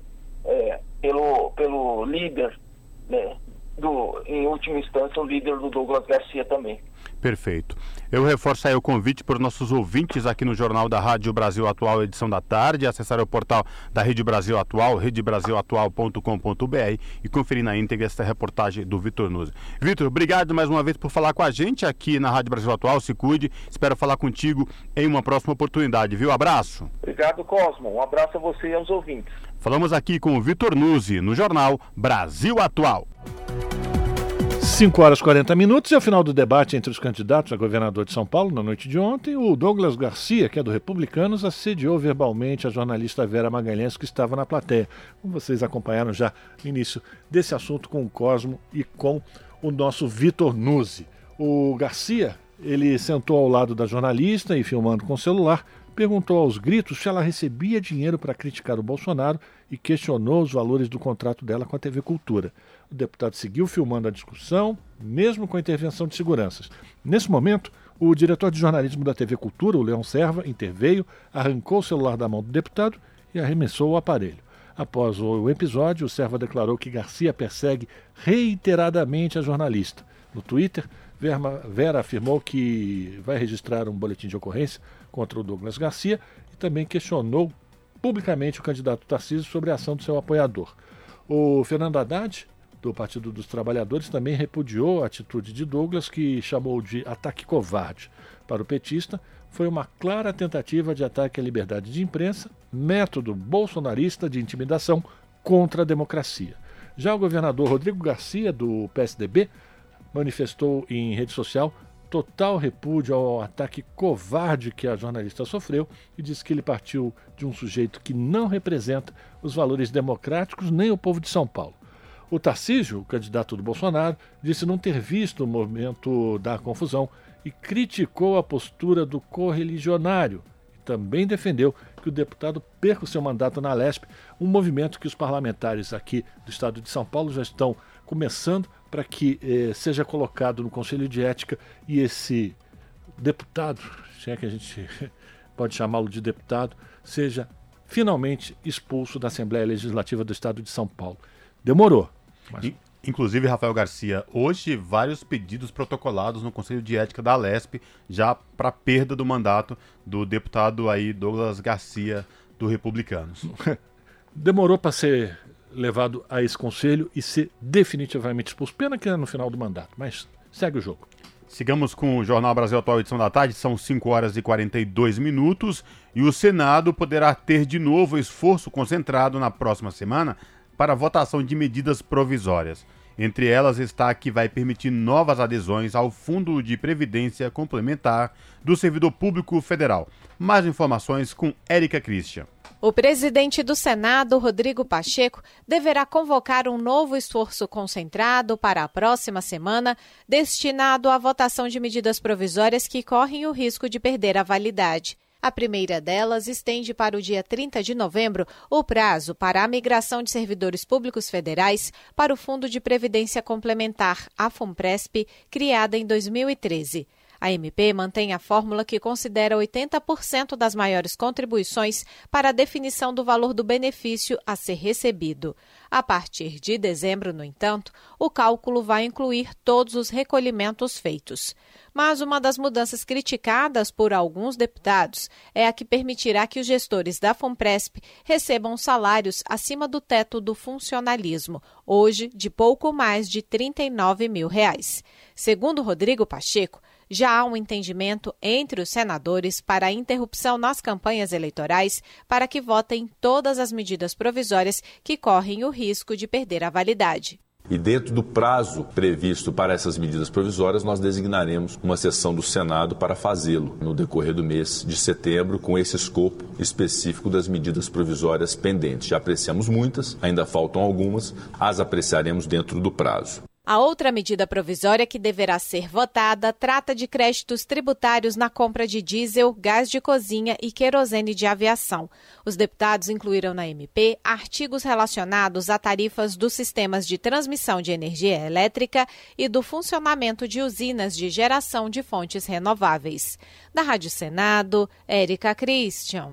pelo líder, né, em última instância, o líder do Douglas Garcia também. Perfeito. Eu reforço aí o convite para os nossos ouvintes aqui no Jornal da Rádio Brasil Atual, edição da tarde, acessar o portal da Rede Brasil Atual, redebrasilatual.com.br e conferir na íntegra esta reportagem do Vitor Nuzzi. Vitor, obrigado mais uma vez por falar com a gente aqui na Rádio Brasil Atual. Se cuide, espero falar contigo em uma próxima oportunidade, viu? Abraço. Obrigado, Cosmo. Um abraço a você e aos ouvintes. Falamos aqui com o Vitor Nuzzi no Jornal Brasil Atual. 5h40 e ao final do debate entre os candidatos a governador de São Paulo, na noite de ontem, o Douglas Garcia, que é do Republicanos, assediou verbalmente a jornalista Vera Magalhães, que estava na plateia. Como vocês acompanharam já no início desse assunto com o Cosmo e com o nosso Vitor Nuzzi. O Garcia, ele sentou ao lado da jornalista e, filmando com o celular, perguntou aos gritos se ela recebia dinheiro para criticar o Bolsonaro e questionou os valores do contrato dela com a TV Cultura. O deputado seguiu filmando a discussão, mesmo com a intervenção de seguranças. Nesse momento, o diretor de jornalismo da TV Cultura, o Leão Serva, interveio, arrancou o celular da mão do deputado e arremessou o aparelho. Após o episódio, o Serva declarou que Garcia persegue reiteradamente a jornalista. No Twitter, Vera afirmou que vai registrar um boletim de ocorrência contra o Douglas Garcia e também questionou publicamente o candidato Tarcísio sobre a ação do seu apoiador. O Fernando Haddad, do Partido dos Trabalhadores, também repudiou a atitude de Douglas, que chamou de ataque covarde. Para o petista, foi uma clara tentativa de ataque à liberdade de imprensa, método bolsonarista de intimidação contra a democracia. Já o governador Rodrigo Garcia, do PSDB, manifestou em rede social total repúdio ao ataque covarde que a jornalista sofreu e disse que ele partiu de um sujeito que não representa os valores democráticos nem o povo de São Paulo. O Tarcísio, o candidato do Bolsonaro, disse não ter visto o momento da confusão e criticou a postura do correligionário. E também defendeu que o deputado perca o seu mandato na Lesp, um movimento que os parlamentares aqui do estado de São Paulo já estão começando para que seja colocado no Conselho de Ética e esse deputado, se é que a gente pode chamá-lo de deputado, seja finalmente expulso da Assembleia Legislativa do estado de São Paulo. Demorou. Mas... Inclusive, Rafael Garcia, hoje vários pedidos protocolados no Conselho de Ética da Lesp já para perda do mandato do deputado aí Douglas Garcia do Republicanos. Demorou para ser levado a esse conselho e ser definitivamente expulso. Pena que é no final do mandato, mas segue o jogo. Sigamos com o Jornal Brasil Atual, edição da tarde, são 5h42 e o Senado poderá ter de novo esforço concentrado na próxima semana para a votação de medidas provisórias. Entre elas está a que vai permitir novas adesões ao Fundo de Previdência Complementar do Servidor Público Federal. Mais informações com Érica Christian. O presidente do Senado, Rodrigo Pacheco, deverá convocar um novo esforço concentrado para a próxima semana, destinado à votação de medidas provisórias que correm o risco de perder a validade. A primeira delas estende para o dia 30 de novembro o prazo para a migração de servidores públicos federais para o Fundo de Previdência Complementar, a FUNPRESP, criada em 2013. A MP mantém a fórmula que considera 80% das maiores contribuições para a definição do valor do benefício a ser recebido. A partir de dezembro, no entanto, o cálculo vai incluir todos os recolhimentos feitos. Mas uma das mudanças criticadas por alguns deputados é a que permitirá que os gestores da FUNPRESP recebam salários acima do teto do funcionalismo, hoje de pouco mais de R$ 39 mil. Segundo Rodrigo Pacheco, já há um entendimento entre os senadores para a interrupção nas campanhas eleitorais para que votem todas as medidas provisórias que correm o risco de perder a validade. E dentro do prazo previsto para essas medidas provisórias, nós designaremos uma sessão do Senado para fazê-lo no decorrer do mês de setembro, com esse escopo específico das medidas provisórias pendentes. Já apreciamos muitas, ainda faltam algumas, as apreciaremos dentro do prazo. A outra medida provisória que deverá ser votada trata de créditos tributários na compra de diesel, gás de cozinha e querosene de aviação. Os deputados incluíram na MP artigos relacionados a tarifas dos sistemas de transmissão de energia elétrica e do funcionamento de usinas de geração de fontes renováveis. Da Rádio Senado, Érica Christian.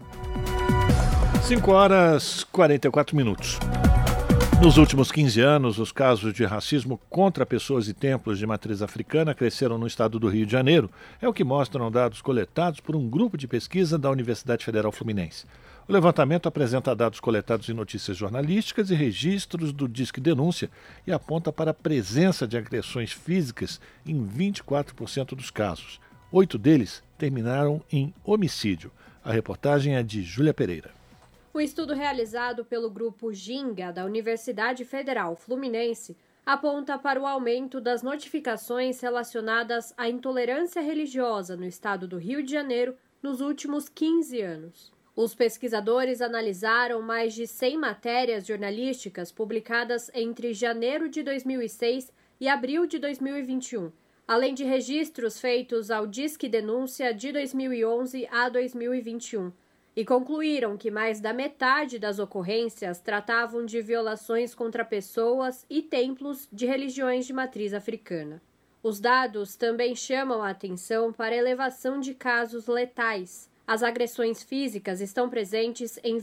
5h44. Nos últimos 15 anos, os casos de racismo contra pessoas e templos de matriz africana cresceram no estado do Rio de Janeiro. É o que mostram dados coletados por um grupo de pesquisa da Universidade Federal Fluminense. O levantamento apresenta dados coletados em notícias jornalísticas e registros do Disque Denúncia e aponta para a presença de agressões físicas em 24% dos casos. 8 deles terminaram em homicídio. A reportagem é de Júlia Pereira. O estudo realizado pelo grupo Ginga, da Universidade Federal Fluminense, aponta para o aumento das notificações relacionadas à intolerância religiosa no estado do Rio de Janeiro nos últimos 15 anos. Os pesquisadores analisaram mais de 100 matérias jornalísticas publicadas entre janeiro de 2006 e abril de 2021, além de registros feitos ao Disque Denúncia de 2011 a 2021. E concluíram que mais da metade das ocorrências tratavam de violações contra pessoas e templos de religiões de matriz africana. Os dados também chamam a atenção para a elevação de casos letais. As agressões físicas estão presentes em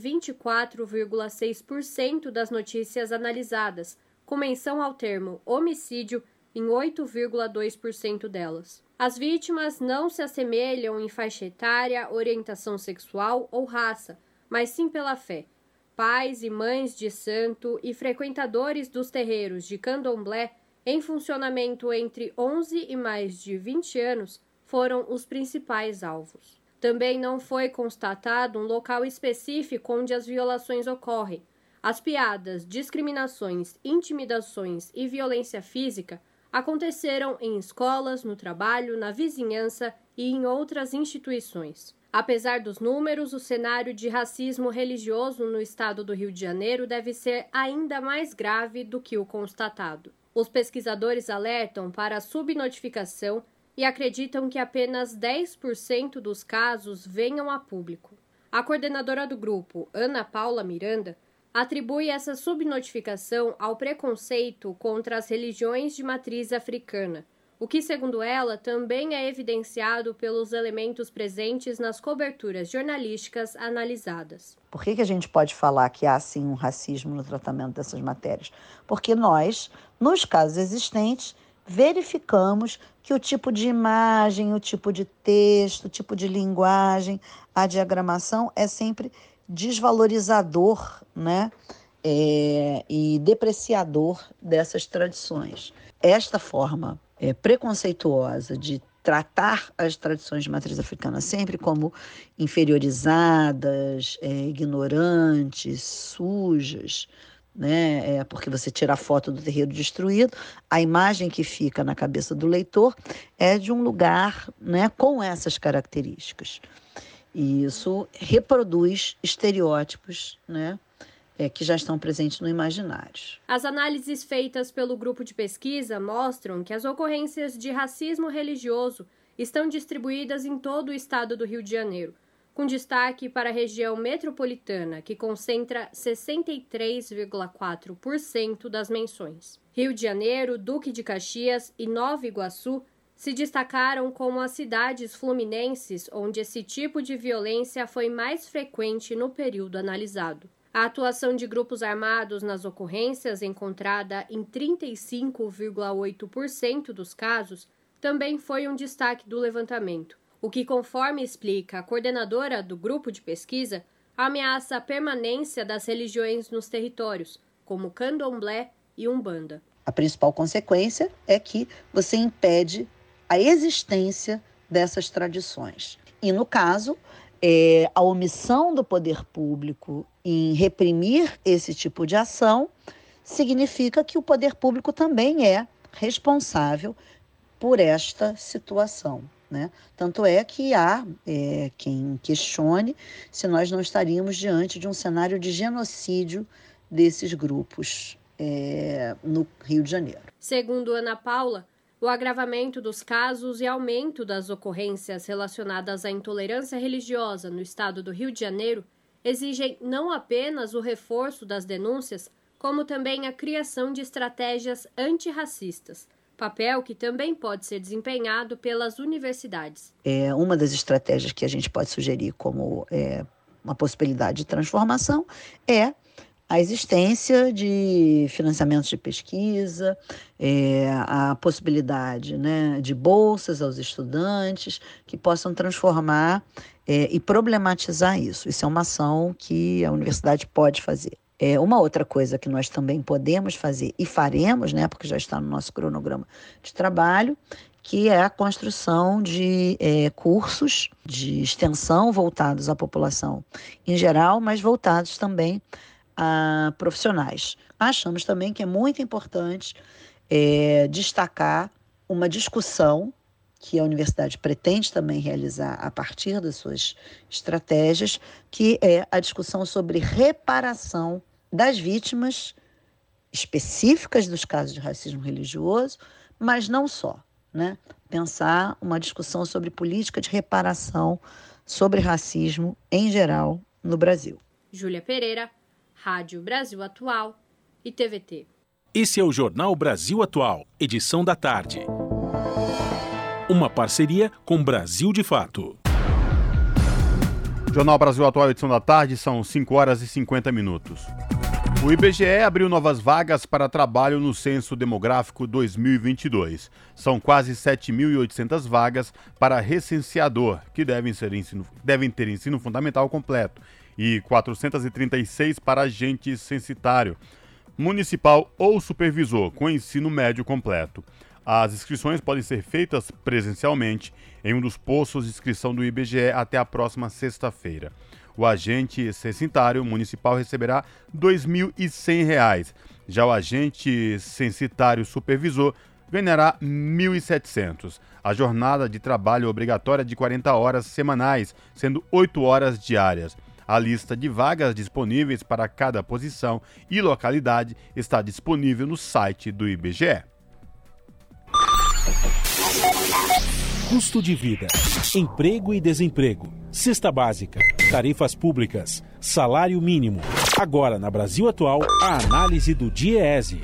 24,6% das notícias analisadas, com menção ao termo homicídio em 8,2% delas. As vítimas não se assemelham em faixa etária, orientação sexual ou raça, mas sim pela fé. Pais e mães de santo e frequentadores dos terreiros de candomblé, em funcionamento entre 11 e mais de 20 anos, foram os principais alvos. Também não foi constatado um local específico onde as violações ocorrem. As piadas, discriminações, intimidações e violência física aconteceram em escolas, no trabalho, na vizinhança e em outras instituições. Apesar dos números, o cenário de racismo religioso no estado do Rio de Janeiro deve ser ainda mais grave do que o constatado. Os pesquisadores alertam para a subnotificação e acreditam que apenas 10% dos casos venham a público. A coordenadora do grupo, Ana Paula Miranda, atribui essa subnotificação ao preconceito contra as religiões de matriz africana, o que, segundo ela, também é evidenciado pelos elementos presentes nas coberturas jornalísticas analisadas. Por que a gente pode falar que há, sim, um racismo no tratamento dessas matérias? Porque nós, nos casos existentes, verificamos que o tipo de imagem, o tipo de texto, o tipo de linguagem, a diagramação é sempre desvalorizador, né? E depreciador dessas tradições. Esta forma preconceituosa de tratar as tradições de matriz africana sempre como inferiorizadas, ignorantes, sujas, né? Porque você tira a foto do terreiro destruído, a imagem que fica na cabeça do leitor é de um lugar, né, com essas características. E isso reproduz estereótipos, né, que já estão presentes no imaginário. As análises feitas pelo grupo de pesquisa mostram que as ocorrências de racismo religioso estão distribuídas em todo o estado do Rio de Janeiro, com destaque para a região metropolitana, que concentra 63,4% das menções. Rio de Janeiro, Duque de Caxias e Nova Iguaçu se destacaram como as cidades fluminenses onde esse tipo de violência foi mais frequente no período analisado. A atuação de grupos armados nas ocorrências, encontrada em 35,8% dos casos, também foi um destaque do levantamento, o que, conforme explica a coordenadora do grupo de pesquisa, ameaça a permanência das religiões nos territórios, como candomblé e umbanda. A principal consequência é que você impede a existência dessas tradições. E, no caso, a omissão do poder público em reprimir esse tipo de ação significa que o poder público também é responsável por esta situação, né? Tanto é que há quem questione se nós não estaríamos diante de um cenário de genocídio desses grupos no Rio de Janeiro. Segundo Ana Paula, o agravamento dos casos e aumento das ocorrências relacionadas à intolerância religiosa no estado do Rio de Janeiro exigem não apenas o reforço das denúncias, como também a criação de estratégias antirracistas, papel que também pode ser desempenhado pelas universidades. Uma das estratégias que a gente pode sugerir como uma possibilidade de transformação é a existência de financiamentos de pesquisa, a possibilidade, né, de bolsas aos estudantes que possam transformar e problematizar isso. Isso é uma ação que a universidade pode fazer. Uma outra coisa que nós também podemos fazer e faremos, né, porque já está no nosso cronograma de trabalho, que é a construção de cursos de extensão voltados à população em geral, mas voltados também a profissionais. Achamos também que é muito importante destacar uma discussão que a universidade pretende também realizar a partir das suas estratégias, que é a discussão sobre reparação das vítimas específicas dos casos de racismo religioso, mas não só, né? Pensar uma discussão sobre política de reparação sobre racismo em geral no Brasil. Júlia Pereira, Rádio Brasil Atual e TVT. Esse é o Jornal Brasil Atual, edição da tarde. Uma parceria com Brasil de Fato. Jornal Brasil Atual, edição da tarde, são 5 horas e 50 minutos. O IBGE abriu novas vagas para trabalho no Censo Demográfico 2022. São quase 7.800 vagas para recenseador, que devem ter ensino fundamental completo, e 436 para agente censitário, municipal ou supervisor, com ensino médio completo. As inscrições podem ser feitas presencialmente em um dos postos de inscrição do IBGE até a próxima sexta-feira. O agente censitário municipal receberá R$ 2.100. Já o agente censitário supervisor ganhará R$ 1.700. A jornada de trabalho obrigatória é de 40 horas semanais, sendo 8 horas diárias. A lista de vagas disponíveis para cada posição e localidade está disponível no site do IBGE. Custo de vida, emprego e desemprego, cesta básica, tarifas públicas, salário mínimo. Agora, na Brasil Atual, a análise do DIEESE.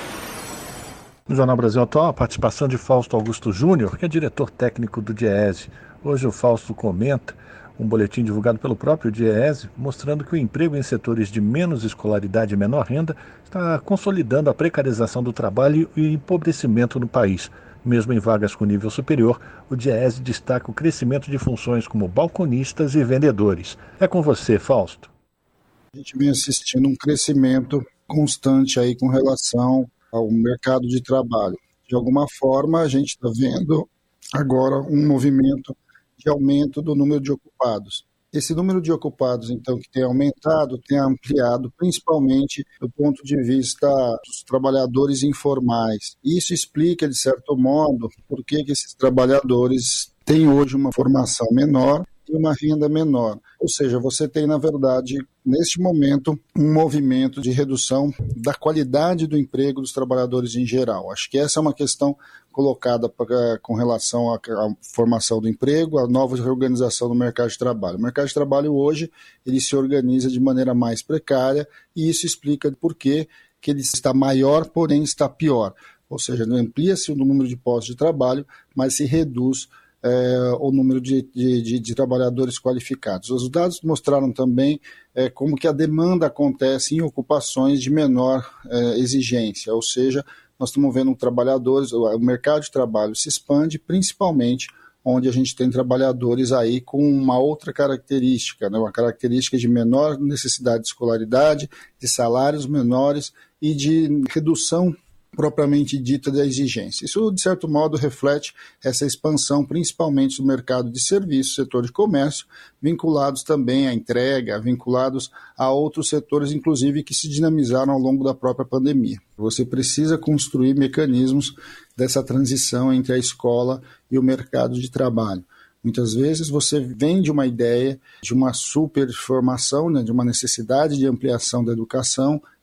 No Jornal Brasil Atual, a participação de Fausto Augusto Júnior, que é diretor técnico do DIEESE. Hoje o Fausto comenta um boletim divulgado pelo próprio DIEESE, mostrando que o emprego em setores de menos escolaridade e menor renda está consolidando a precarização do trabalho e o empobrecimento no país. Mesmo em vagas com nível superior, o DIEESE destaca o crescimento de funções como balconistas e vendedores. É com você, Fausto. A gente vem assistindo um crescimento constante aí com relação ao mercado de trabalho. De alguma forma, a gente está vendo agora um movimento de aumento do número de ocupados. Esse número de ocupados, então, que tem aumentado, tem ampliado, principalmente do ponto de vista dos trabalhadores informais. Isso explica, de certo modo, por que esses trabalhadores têm hoje uma formação menor e uma renda menor. Ou seja, você tem, na verdade, neste momento, um movimento de redução da qualidade do emprego dos trabalhadores em geral. Acho que essa é uma questão colocada com relação à formação do emprego, à nova reorganização do mercado de trabalho. O mercado de trabalho hoje, ele se organiza de maneira mais precária e isso explica por que ele está maior, porém está pior. Ou seja, amplia-se o número de postos de trabalho, mas se reduz o número de trabalhadores qualificados. Os dados mostraram também como que a demanda acontece em ocupações de menor exigência, ou seja, nós estamos vendo o mercado de trabalho se expande, principalmente onde a gente tem trabalhadores aí com uma outra característica, né? Uma característica de menor necessidade de escolaridade, de salários menores e de redução propriamente dita da exigência. Isso, de certo modo, reflete essa expansão, principalmente do mercado de serviços, setor de comércio, vinculados também à entrega, vinculados a outros setores, inclusive, que se dinamizaram ao longo da própria pandemia. Você precisa construir mecanismos dessa transição entre a escola e o mercado de trabalho. Muitas vezes você vem de uma ideia de uma superformação, né, de uma necessidade de ampliação da educação,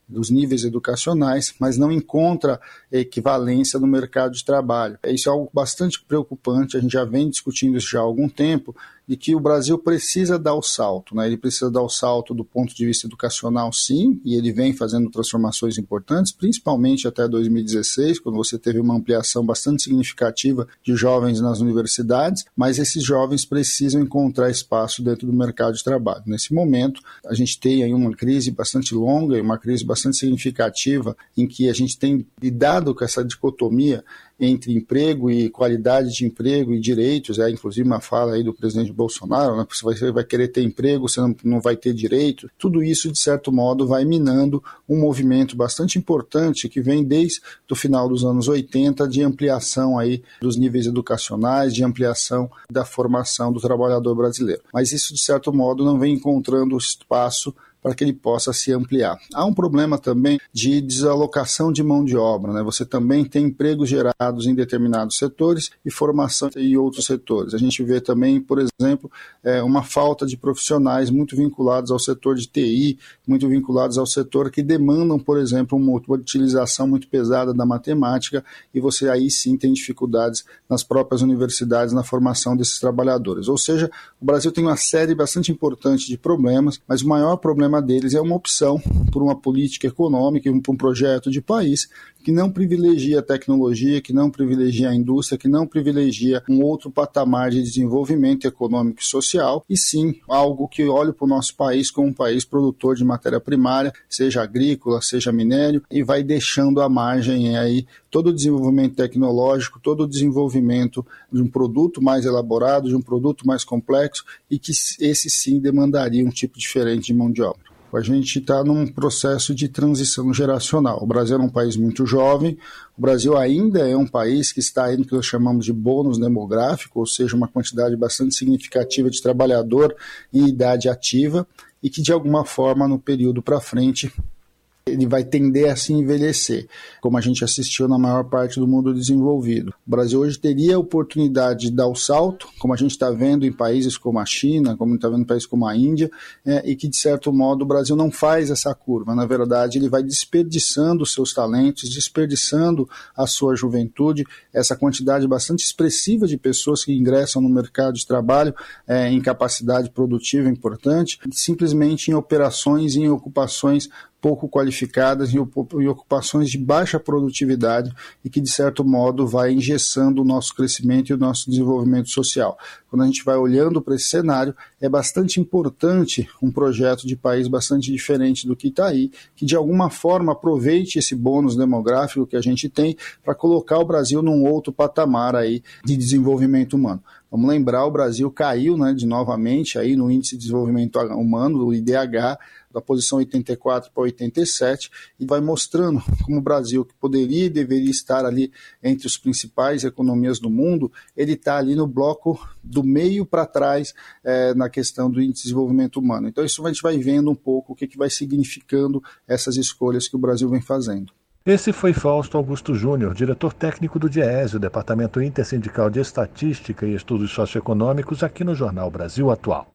dos níveis educacionais, mas não encontra equivalência no mercado de trabalho. Isso é algo bastante preocupante, a gente já vem discutindo isso já há algum tempo, de que o Brasil precisa dar o salto, né? Ele precisa dar o salto do ponto de vista educacional, sim, e ele vem fazendo transformações importantes, principalmente até 2016, quando você teve uma ampliação bastante significativa de jovens nas universidades, mas esses jovens precisam encontrar espaço dentro do mercado de trabalho. Nesse momento, a gente tem aí uma crise bastante longa e uma crise bastante significativa em que a gente tem lidado com essa dicotomia entre emprego e qualidade de emprego e direitos, inclusive uma fala aí do presidente Bolsonaro, né, você vai querer ter emprego, você não vai ter direito. Tudo isso, de certo modo, vai minando um movimento bastante importante que vem desde o final dos anos 80 de ampliação aí dos níveis educacionais, de ampliação da formação do trabalhador brasileiro. Mas isso, de certo modo, não vem encontrando espaço para que ele possa se ampliar. Há um problema também de desalocação de mão de obra, né? Você também tem empregos gerados em determinados setores e formação em outros setores. A gente vê também, por exemplo, uma falta de profissionais muito vinculados ao setor de TI, muito vinculados ao setor que demandam, por exemplo, uma utilização muito pesada da matemática, e você aí sim tem dificuldades nas próprias universidades na formação desses trabalhadores. Ou seja, o Brasil tem uma série bastante importante de problemas, mas o maior problema deles é uma opção por uma política econômica, por um projeto de país que não privilegia a tecnologia, que não privilegia a indústria, que não privilegia um outro patamar de desenvolvimento econômico e social, e sim algo que olha para o nosso país como um país produtor de matéria primária, seja agrícola, seja minério, e vai deixando à margem aí todo o desenvolvimento tecnológico, todo o desenvolvimento de um produto mais elaborado, de um produto mais complexo, e que esse sim demandaria um tipo diferente de mão de obra. A gente está num processo de transição geracional. O Brasil é um país muito jovem, o Brasil ainda é um país que está aí no que nós chamamos de bônus demográfico, ou seja, uma quantidade bastante significativa de trabalhador em idade ativa, e que de alguma forma no período para frente ele vai tender a se envelhecer, como a gente assistiu na maior parte do mundo desenvolvido. O Brasil hoje teria a oportunidade de dar o salto, como a gente está vendo em países como a China, como está vendo em países como a Índia, e que, de certo modo, o Brasil não faz essa curva. Na verdade, ele vai desperdiçando os seus talentos, desperdiçando a sua juventude, essa quantidade bastante expressiva de pessoas que ingressam no mercado de trabalho em capacidade produtiva importante, simplesmente em operações e em ocupações pouco qualificadas e ocupações de baixa produtividade, e que, de certo modo, vai engessando o nosso crescimento e o nosso desenvolvimento social. Quando a gente vai olhando para esse cenário, é bastante importante um projeto de país bastante diferente do que está aí, que de alguma forma aproveite esse bônus demográfico que a gente tem para colocar o Brasil num outro patamar aí de desenvolvimento humano. Vamos lembrar, o Brasil caiu, né, novamente aí no Índice de Desenvolvimento Humano, o IDH, da posição 84 para 87, e vai mostrando como o Brasil, que poderia e deveria estar ali entre as principais economias do mundo, ele está ali no bloco do meio para trás na questão do Índice de Desenvolvimento Humano. Então isso a gente vai vendo um pouco o que vai significando essas escolhas que o Brasil vem fazendo. Esse foi Fausto Augusto Júnior, diretor técnico do DIEESE, o Departamento Intersindical de Estatística e Estudos Socioeconômicos, aqui no Jornal Brasil Atual.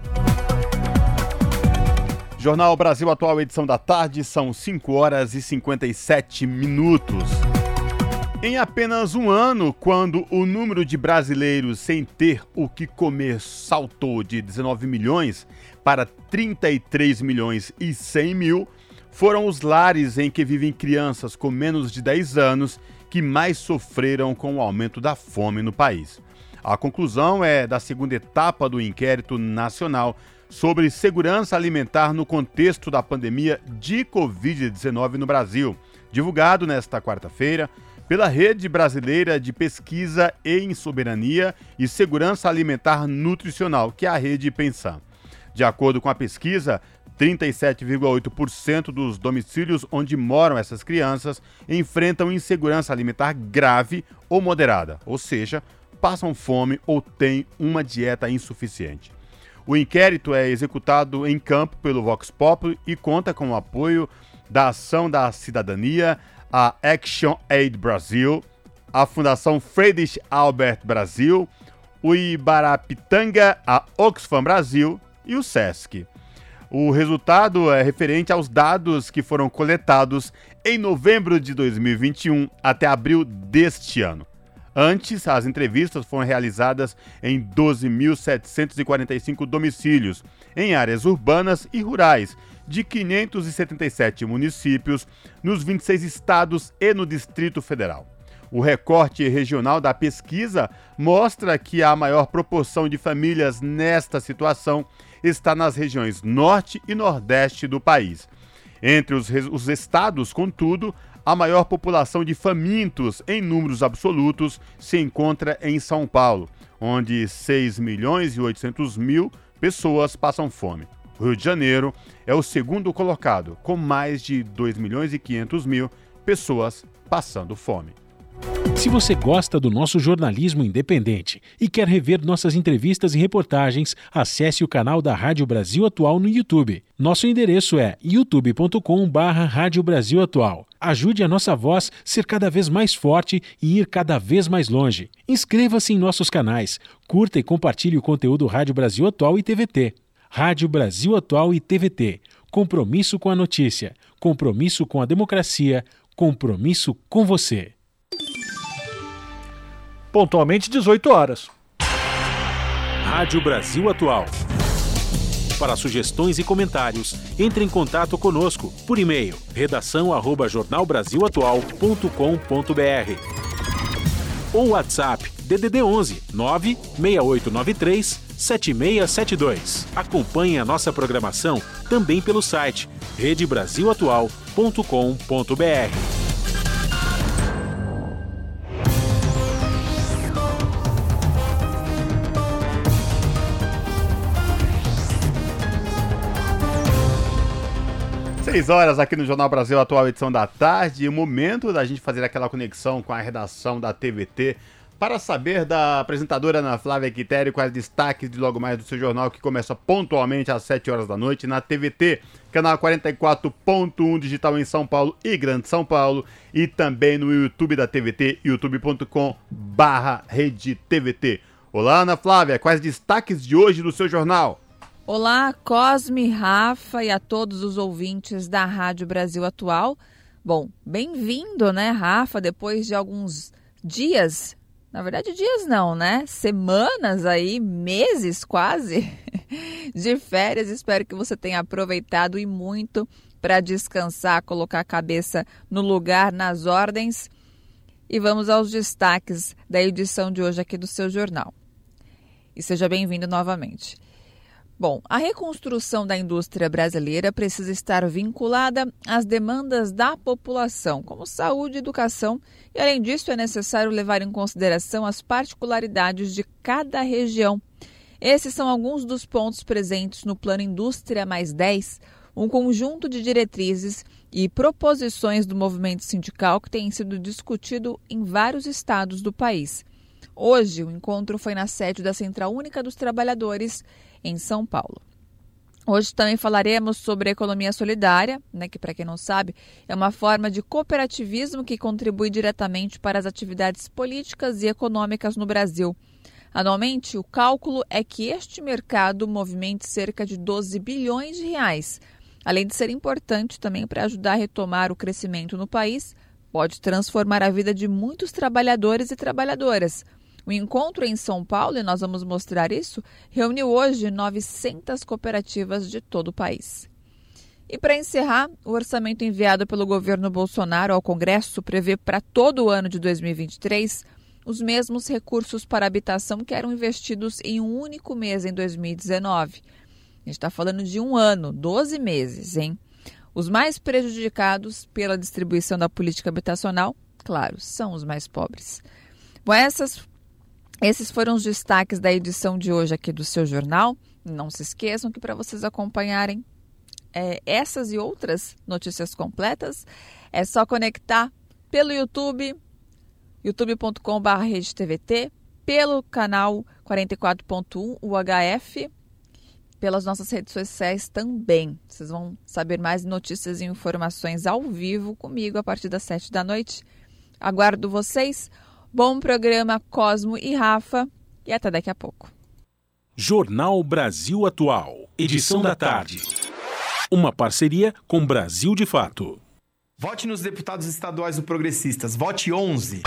Jornal Brasil Atual, edição da tarde, são 5 horas e 57 minutos. Em apenas um ano, quando o número de brasileiros sem ter o que comer saltou de 19 milhões para 33 milhões e 100 mil, foram os lares em que vivem crianças com menos de 10 anos que mais sofreram com o aumento da fome no país. A conclusão é da segunda etapa do inquérito nacional sobre segurança alimentar no contexto da pandemia de Covid-19 no Brasil, divulgado nesta quarta-feira pela Rede Brasileira de Pesquisa em Soberania e Segurança Alimentar Nutricional, que é a Rede Pensam. De acordo com a pesquisa, 37,8% dos domicílios onde moram essas crianças enfrentam insegurança alimentar grave ou moderada, ou seja, passam fome ou têm uma dieta insuficiente. O inquérito é executado em campo pelo Vox Populi e conta com o apoio da Ação da Cidadania, a Action Aid Brasil, a Fundação Friedrich Albert Brasil, o Ibarapitanga, a Oxfam Brasil e o SESC. O resultado é referente aos dados que foram coletados em novembro de 2021 até abril deste ano. Antes, as entrevistas foram realizadas em 12.745 domicílios, em áreas urbanas e rurais, de 577 municípios, nos 26 estados e no Distrito Federal. O recorte regional da pesquisa mostra que a maior proporção de famílias nesta situação está nas regiões norte e nordeste do país. Entre os estados, contudo, a maior população de famintos em números absolutos se encontra em São Paulo, onde 6.800.000 pessoas passam fome. O Rio de Janeiro é o segundo colocado, com mais de 2.500.000 pessoas passando fome. Se você gosta do nosso jornalismo independente e quer rever nossas entrevistas e reportagens, acesse o canal da Rádio Brasil Atual no YouTube. Nosso endereço é youtube.com/Rádio Brasil Atual. Ajude a nossa voz ser cada vez mais forte e ir cada vez mais longe. Inscreva-se em nossos canais, curta e compartilhe o conteúdo Rádio Brasil Atual e TVT. Rádio Brasil Atual e TVT. Compromisso com a notícia, compromisso com a democracia, compromisso com você. Pontualmente 18 horas. Rádio Brasil Atual. Para sugestões e comentários, entre em contato conosco por e-mail redação@jornalbrasilatual.com.br ou WhatsApp DDD 11 96893 7672. Acompanhe a nossa programação também pelo site redebrasilatual.com.br. Seis horas aqui no Jornal Brasil Atual, edição da tarde, e o momento da gente fazer aquela conexão com a redação da TVT para saber da apresentadora Ana Flávia Quitério quais destaques de logo mais do seu jornal, que começa pontualmente às 7 horas da noite na TVT, canal 44.1 digital em São Paulo e Grande São Paulo, e também no YouTube da TVT, youtube.com/RedeTVT. Olá, Ana Flávia, quais destaques de hoje do seu jornal? Olá, Cosme, Rafa e a todos os ouvintes da Rádio Brasil Atual. Bom, bem-vindo, né, Rafa, depois de alguns dias, na verdade dias não, né, semanas aí, meses quase, de férias. Espero que você tenha aproveitado e muito para descansar, colocar a cabeça no lugar, nas ordens. E vamos aos destaques da edição de hoje aqui do seu jornal. E seja bem-vindo novamente. Bom, a reconstrução da indústria brasileira precisa estar vinculada às demandas da população, como saúde e educação, e além disso é necessário levar em consideração as particularidades de cada região. Esses são alguns dos pontos presentes no Plano Indústria Mais 10, um conjunto de diretrizes e proposições do movimento sindical que tem sido discutido em vários estados do país. Hoje, o encontro foi na sede da Central Única dos Trabalhadores, em São Paulo. Hoje também falaremos sobre a economia solidária, né, que, para quem não sabe, é uma forma de cooperativismo que contribui diretamente para as atividades políticas e econômicas no Brasil. Anualmente, o cálculo é que este mercado movimente cerca de 12 bilhões de reais. Além de ser importante também para ajudar a retomar o crescimento no país, pode transformar a vida de muitos trabalhadores e trabalhadoras. O encontro em São Paulo, e nós vamos mostrar isso, reuniu hoje 900 cooperativas de todo o país. E para encerrar, o orçamento enviado pelo governo Bolsonaro ao Congresso prevê para todo o ano de 2023 os mesmos recursos para habitação que eram investidos em um único mês em 2019. A gente está falando de um ano, 12 meses, hein? Os mais prejudicados pela distribuição da política habitacional, claro, são os mais pobres. Bom, esses foram os destaques da edição de hoje aqui do seu jornal. Não se esqueçam que para vocês acompanharem essas e outras notícias completas, é só conectar pelo YouTube, youtube.com/RedeTVT, pelo canal 44.1 UHF, pelas nossas redes sociais também. Vocês vão saber mais notícias e informações ao vivo comigo a partir das 7 da noite. Aguardo vocês. Bom programa, Cosmo e Rafa, e até daqui a pouco. Jornal Brasil Atual, edição da tarde. uma parceria com Brasil de Fato. Vote nos deputados estaduais do Progressistas. Vote 11.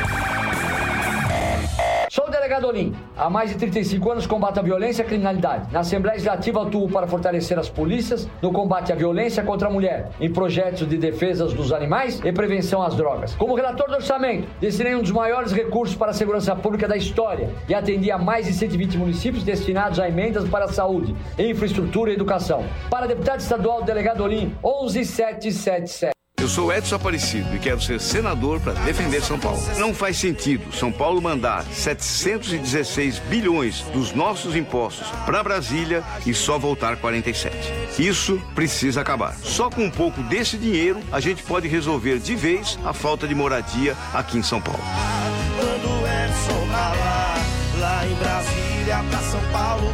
Sou o delegado Olim. Há mais de 35 anos combato a violência e a criminalidade. Na Assembleia Legislativa atuo para fortalecer as polícias no combate à violência contra a mulher, em projetos de defesa dos animais e prevenção às drogas. Como relator do orçamento, destinei um dos maiores recursos para a segurança pública da história e atendi a mais de 120 municípios destinados a emendas para a saúde, infraestrutura e educação. Para deputado estadual, delegado Olim, 11777. Eu sou Edson Aparecido e quero ser senador para defender São Paulo. Não faz sentido São Paulo mandar 716 bilhões dos nossos impostos para Brasília e só voltar 47. Isso precisa acabar. Só com um pouco desse dinheiro a gente pode resolver de vez a falta de moradia aqui em São Paulo. Quando Edson lá em Brasília pra São Paulo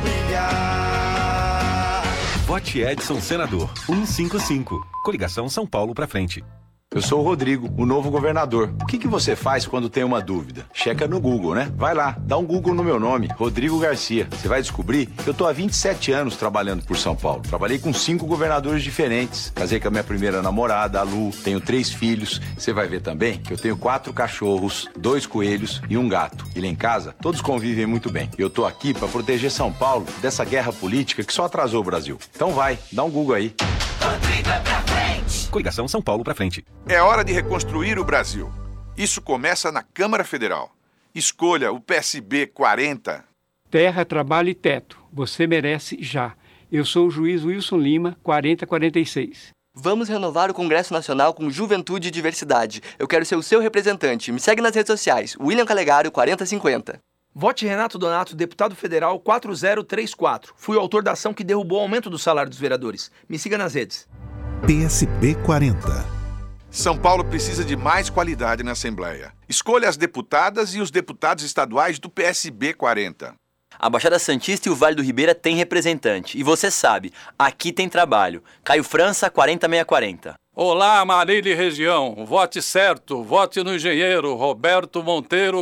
brilhar. Vote Edson Senador 155. Coligação São Paulo pra frente. Eu sou o Rodrigo, o novo governador. O que você faz quando tem uma dúvida? Checa no Google, né? Vai lá, dá um Google no meu nome, Rodrigo Garcia. Você vai descobrir que eu tô há 27 anos trabalhando por São Paulo. Trabalhei com 5 governadores diferentes. Casei com a minha primeira namorada, a Lu. Tenho 3 filhos. Você vai ver também que eu tenho 4 cachorros, 2 coelhos e um gato. E lá em casa, todos convivem muito bem. Eu tô aqui para proteger São Paulo dessa guerra política que só atrasou o Brasil. Então vai, dá um Google aí. Rodrigo é pra frente. Coligação São Paulo pra frente. É hora de reconstruir o Brasil. Isso começa na Câmara Federal. Escolha o PSB 40. Terra, trabalho e teto. Você merece já. Eu sou o juiz Wilson Lima, 4046. Vamos renovar o Congresso Nacional com Juventude e Diversidade. Eu quero ser o seu representante. Me segue nas redes sociais. William Calegaro, 4050. Vote Renato Donato, deputado federal 4034. Fui o autor da ação que derrubou o aumento do salário dos vereadores. Me siga nas redes. PSB 40. São Paulo precisa de mais qualidade na Assembleia. Escolha as deputadas e os deputados estaduais do PSB 40. A Baixada Santista e o Vale do Ribeira tem representante. E você sabe, aqui tem trabalho. Caio França, 40640. Olá, Marília e região. Vote certo. Vote no engenheiro Roberto Monteiro,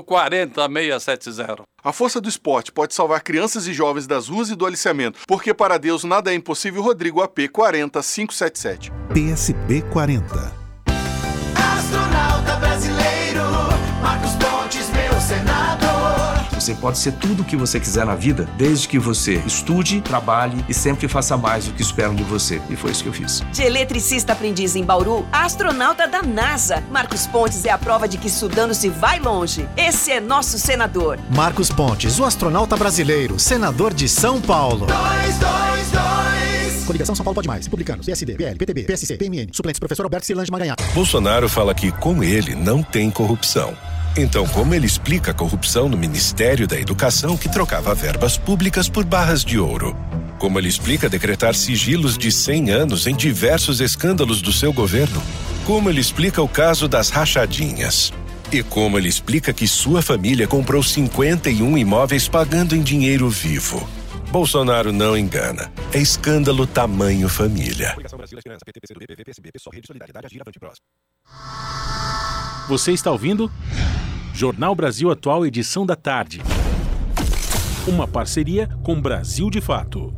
40670. A força do esporte pode salvar crianças e jovens das ruas e do aliciamento, porque para Deus nada é impossível. Rodrigo AP 40577. PSB 40. Astronauta brasileiro, Marcos Pontes, meu senador. Você pode ser tudo o que você quiser na vida, desde que você estude, trabalhe e sempre faça mais do que esperam de você. E foi isso que eu fiz. De eletricista aprendiz em Bauru, astronauta da NASA. Marcos Pontes é a prova de que estudando se vai longe. Esse é nosso senador. Marcos Pontes, o astronauta brasileiro, senador de São Paulo. 222. Coligação São Paulo Pode Mais. Republicanos, PSD, PL, PTB, PSC, PMN. Suplentes, professor Alberto Cilange Maganhá. Bolsonaro fala que, com ele, não tem corrupção. Então, como ele explica a corrupção no Ministério da Educação que trocava verbas públicas por barras de ouro? Como ele explica decretar sigilos de 100 anos em diversos escândalos do seu governo? Como ele explica o caso das rachadinhas? E como ele explica que sua família comprou 51 imóveis pagando em dinheiro vivo? Bolsonaro não engana. É escândalo tamanho família. Você está ouvindo? Jornal Brasil Atual, edição da tarde. Uma parceria com Brasil de Fato.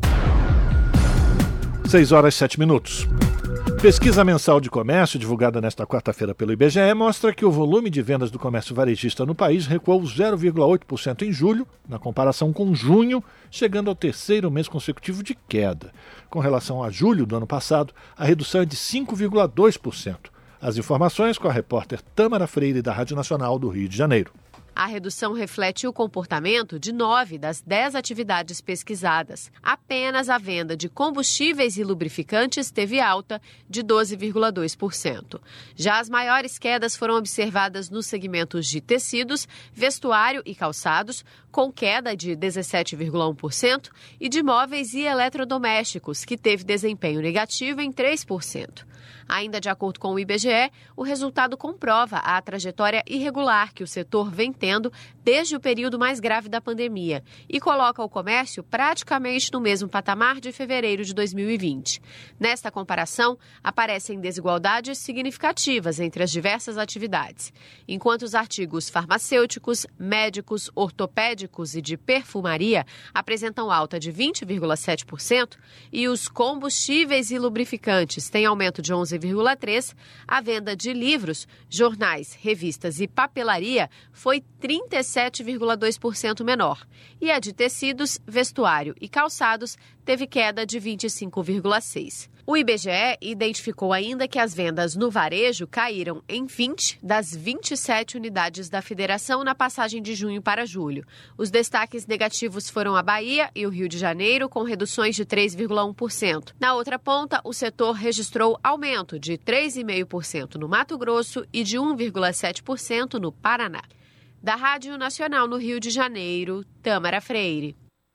6h07. Pesquisa mensal de comércio, divulgada nesta quarta-feira pelo IBGE, mostra que o volume de vendas do comércio varejista no país recuou 0,8% em julho, na comparação com junho, chegando ao terceiro mês consecutivo de queda. Com relação a julho do ano passado, a redução é de 5,2%. As informações com a repórter Tâmara Freire, da Rádio Nacional do Rio de Janeiro. A redução reflete o comportamento de 9 das 10 atividades pesquisadas. Apenas a venda de combustíveis e lubrificantes teve alta de 12,2%. Já as maiores quedas foram observadas nos segmentos de tecidos, vestuário e calçados, com queda de 17,1%, e de móveis e eletrodomésticos, que teve desempenho negativo em 3%. Ainda de acordo com o IBGE, o resultado comprova a trajetória irregular que o setor vem tendo crescendo desde o período mais grave da pandemia e coloca o comércio praticamente no mesmo patamar de fevereiro de 2020. Nesta comparação, aparecem desigualdades significativas entre as diversas atividades. Enquanto os artigos farmacêuticos, médicos, ortopédicos e de perfumaria apresentam alta de 20,7% e os combustíveis e lubrificantes têm aumento de 11,3%, a venda de livros, jornais, revistas e papelaria foi 37,2% menor. E a de tecidos, vestuário e calçados teve queda de 25,6%. O IBGE identificou ainda que as vendas no varejo caíram em 20 das 27 unidades da federação na passagem de junho para julho. Os destaques negativos foram a Bahia e o Rio de Janeiro, com reduções de 3,1%. Na outra ponta, o setor registrou aumento de 3,5% no Mato Grosso e de 1,7% no Paraná. Da Rádio Nacional no Rio de Janeiro, Tâmara Freire.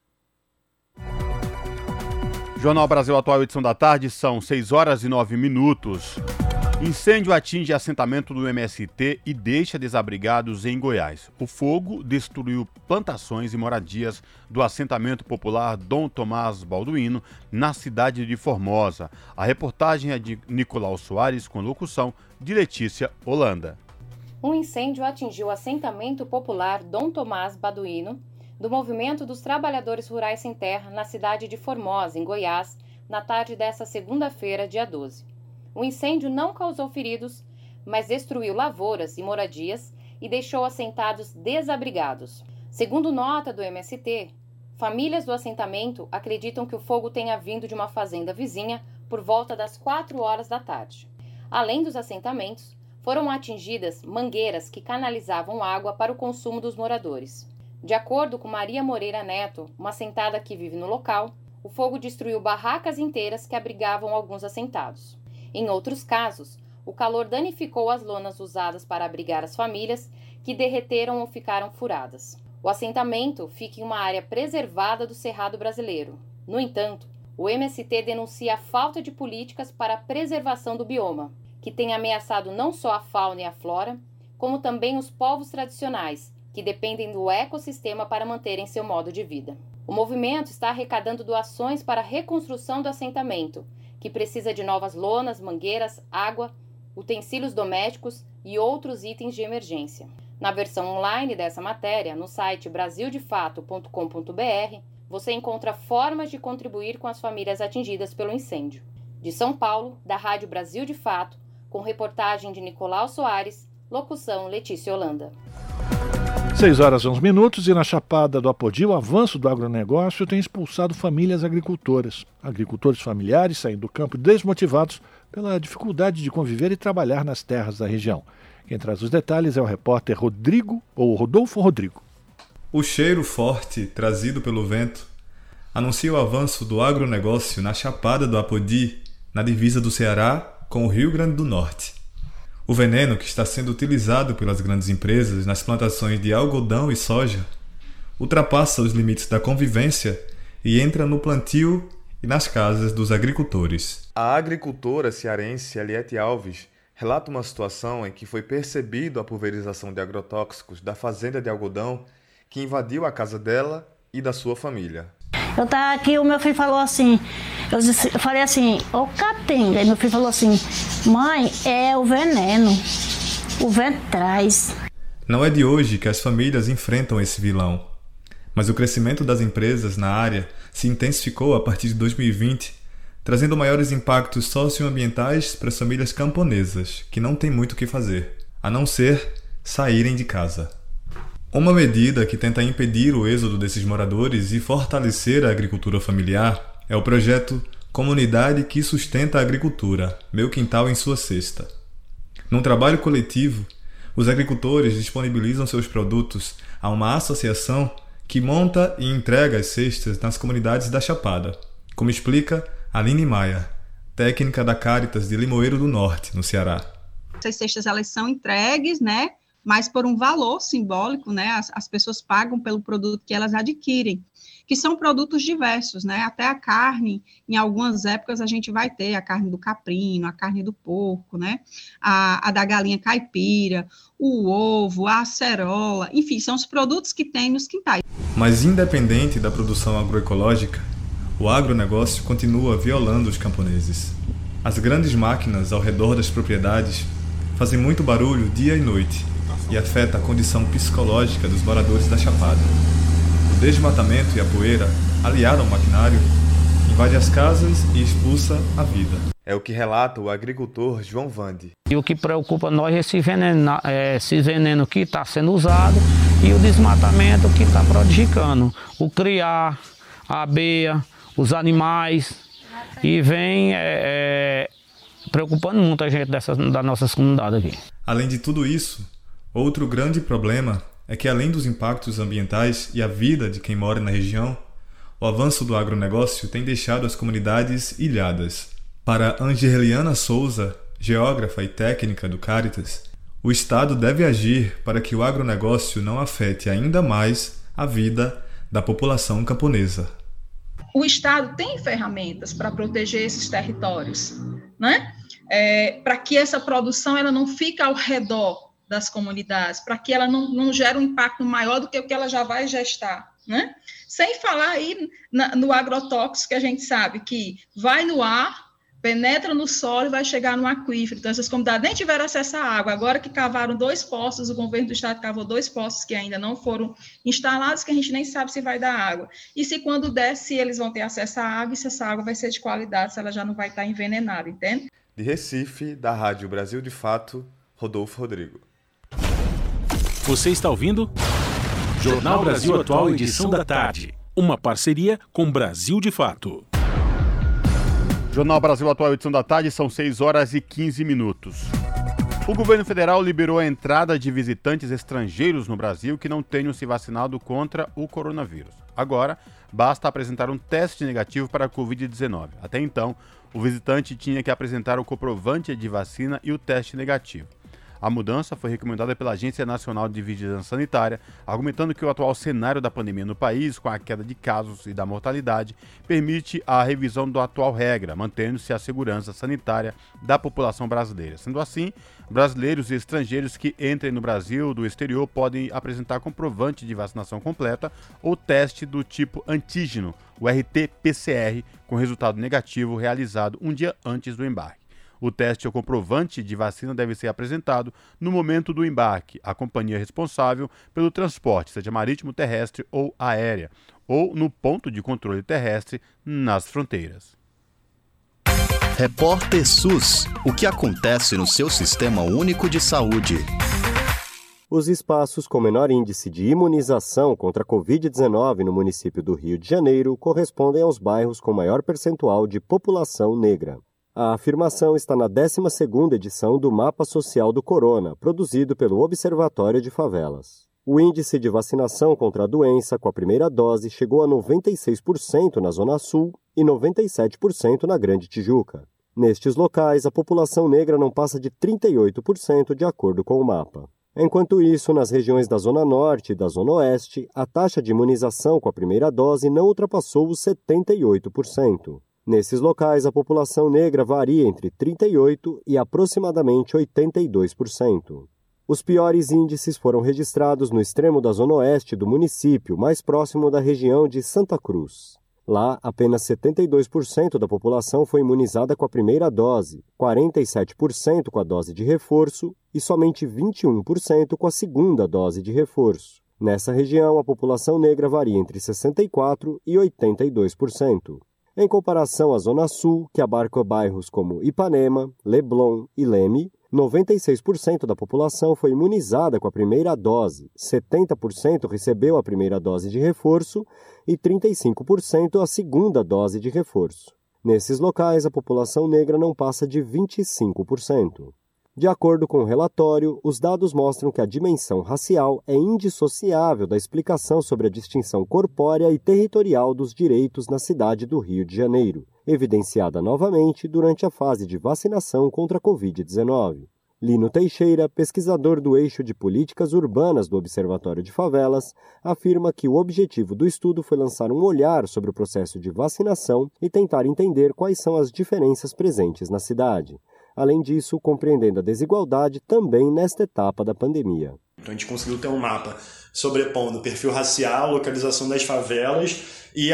Jornal Brasil Atual, edição da tarde, são 6h09. Incêndio atinge assentamento do MST e deixa desabrigados em Goiás. O fogo destruiu plantações e moradias do assentamento popular Dom Tomás Balduino, na cidade de Formosa. A reportagem é de Nicolau Soares, com locução de Letícia Holanda. Um incêndio atingiu o assentamento popular Dom Tomás Balduino, do Movimento dos Trabalhadores Rurais Sem Terra, na cidade de Formosa, em Goiás, na tarde desta segunda-feira, dia 12. O incêndio não causou feridos, mas destruiu lavouras e moradias e deixou assentados desabrigados. Segundo nota do MST, famílias do assentamento acreditam que o fogo tenha vindo de uma fazenda vizinha por volta das 4 horas da tarde. Além dos assentamentos, foram atingidas mangueiras que canalizavam água para o consumo dos moradores. De acordo com Maria Moreira Neto, uma assentada que vive no local, o fogo destruiu barracas inteiras que abrigavam alguns assentados. Em outros casos, o calor danificou as lonas usadas para abrigar as famílias, que derreteram ou ficaram furadas. O assentamento fica em uma área preservada do Cerrado Brasileiro. No entanto, o MST denuncia a falta de políticas para a preservação do bioma, que tem ameaçado não só a fauna e a flora, como também os povos tradicionais, que dependem do ecossistema para manterem seu modo de vida. O movimento está arrecadando doações para a reconstrução do assentamento, que precisa de novas lonas, mangueiras, água, utensílios domésticos e outros itens de emergência. Na versão online dessa matéria, no site brasildefato.com.br, você encontra formas de contribuir com as famílias atingidas pelo incêndio. De São Paulo, da Rádio Brasil de Fato, com reportagem de Nicolau Soares, locução Letícia Holanda. 6h11 e na Chapada do Apodi, o avanço do agronegócio tem expulsado famílias agricultoras. Agricultores familiares saem do campo desmotivados pela dificuldade de conviver e trabalhar nas terras da região. Quem traz os detalhes é o repórter Rodolfo Rodrigo. O cheiro forte trazido pelo vento anuncia o avanço do agronegócio na Chapada do Apodi, na divisa do Ceará com o Rio Grande do Norte. O veneno que está sendo utilizado pelas grandes empresas nas plantações de algodão e soja ultrapassa os limites da convivência e entra no plantio e nas casas dos agricultores. A agricultora cearense Eliette Alves relata uma situação em que foi percebido a pulverização de agrotóxicos da fazenda de algodão que invadiu a casa dela e da sua família. Eu estava aqui, o meu filho falou assim, eu falei assim, ô capenga, e meu filho falou assim, mãe, é o veneno, o vento traz. Não é de hoje que as famílias enfrentam esse vilão, mas o crescimento das empresas na área se intensificou a partir de 2020, trazendo maiores impactos socioambientais para as famílias camponesas, que não têm muito o que fazer, a não ser saírem de casa. Uma medida que tenta impedir o êxodo desses moradores e fortalecer a agricultura familiar é o projeto Comunidade que Sustenta a Agricultura, Meu Quintal em Sua Cesta. Num trabalho coletivo, os agricultores disponibilizam seus produtos a uma associação que monta e entrega as cestas nas comunidades da Chapada, como explica Aline Maia, técnica da Cáritas de Limoeiro do Norte, no Ceará. Essas cestas elas são entregues, né, mas por um valor simbólico, né? As pessoas pagam pelo produto que elas adquirem, que são produtos diversos, né? Até a carne, em algumas épocas a gente vai ter a carne do caprino, a carne do porco, né? A da galinha caipira, o ovo, a acerola, enfim, são os produtos que tem nos quintais. Mas independente da produção agroecológica, o agronegócio continua violando os camponeses. As grandes máquinas ao redor das propriedades fazem muito barulho dia e noite e afeta a condição psicológica dos moradores da Chapada. O desmatamento e a poeira, aliada ao maquinário, invade as casas e expulsa a vida. É o que relata o agricultor João Vande. E o que preocupa nós é esse veneno que está sendo usado e o desmatamento que está prejudicando o criar, a abelha, os animais, e vem preocupando muita gente da nossa comunidade aqui. Além de tudo isso, outro grande problema é que, além dos impactos ambientais e a vida de quem mora na região, o avanço do agronegócio tem deixado as comunidades ilhadas. Para Angeliana Souza, geógrafa e técnica do Caritas, o Estado deve agir para que o agronegócio não afete ainda mais a vida da população camponesa. O Estado tem ferramentas para proteger esses territórios, né? Para que essa produção ela não fique ao redor das comunidades, para que ela não gere um impacto maior do que o que ela já vai gestar, né? Sem falar aí no agrotóxico, que a gente sabe que vai no ar, penetra no solo e vai chegar no aquífero. Então, essas comunidades nem tiveram acesso à água. Agora que cavaram 2 poços, o governo do estado cavou 2 poços que ainda não foram instalados, que a gente nem sabe se vai dar água. E se quando der, se eles vão ter acesso à água, e se essa água vai ser de qualidade, se ela já não vai estar envenenada, entende? De Recife, da Rádio Brasil de Fato, Rodolfo Rodrigo. Você está ouvindo? Jornal Brasil Atual, edição da tarde. Uma parceria com Brasil de Fato. Jornal Brasil Atual, edição da tarde, são 6 horas e 15 minutos. O governo federal liberou a entrada de visitantes estrangeiros no Brasil que não tenham se vacinado contra o coronavírus. Agora, basta apresentar um teste negativo para a Covid-19. Até então, o visitante tinha que apresentar o comprovante de vacina e o teste negativo. A mudança foi recomendada pela Agência Nacional de Vigilância Sanitária, argumentando que o atual cenário da pandemia no país, com a queda de casos e da mortalidade, permite a revisão da atual regra, mantendo-se a segurança sanitária da população brasileira. Sendo assim, brasileiros e estrangeiros que entrem no Brasil do exterior podem apresentar comprovante de vacinação completa ou teste do tipo antígeno, o RT-PCR, com resultado negativo realizado um dia antes do embarque. O teste ou comprovante de vacina deve ser apresentado no momento do embarque à companhia responsável pelo transporte, seja marítimo, terrestre ou aérea, ou no ponto de controle terrestre nas fronteiras. Repórter SUS. O que acontece no seu Sistema Único de Saúde? Os espaços com menor índice de imunização contra a Covid-19 no município do Rio de Janeiro correspondem aos bairros com maior percentual de população negra. A afirmação está na 12ª edição do Mapa Social do Corona, produzido pelo Observatório de Favelas. O índice de vacinação contra a doença com a primeira dose chegou a 96% na Zona Sul e 97% na Grande Tijuca. Nestes locais, a população negra não passa de 38%, de acordo com o mapa. Enquanto isso, nas regiões da Zona Norte e da Zona Oeste, a taxa de imunização com a primeira dose não ultrapassou os 78%. Nesses locais, a população negra varia entre 38% e aproximadamente 82%. Os piores índices foram registrados no extremo da Zona Oeste do município, mais próximo da região de Santa Cruz. Lá, apenas 72% da população foi imunizada com a primeira dose, 47% com a dose de reforço e somente 21% com a segunda dose de reforço. Nessa região, a população negra varia entre 64% e 82%. Em comparação à Zona Sul, que abarca bairros como Ipanema, Leblon e Leme, 96% da população foi imunizada com a primeira dose, 70% recebeu a primeira dose de reforço e 35% a segunda dose de reforço. Nesses locais, a população negra não passa de 25%. De acordo com o relatório, os dados mostram que a dimensão racial é indissociável da explicação sobre a distinção corpórea e territorial dos direitos na cidade do Rio de Janeiro, evidenciada novamente durante a fase de vacinação contra a Covid-19. Lino Teixeira, pesquisador do eixo de políticas urbanas do Observatório de Favelas, afirma que o objetivo do estudo foi lançar um olhar sobre o processo de vacinação e tentar entender quais são as diferenças presentes na cidade. Além disso, compreendendo a desigualdade também nesta etapa da pandemia. Então a gente conseguiu ter um mapa sobrepondo o perfil racial, localização das favelas e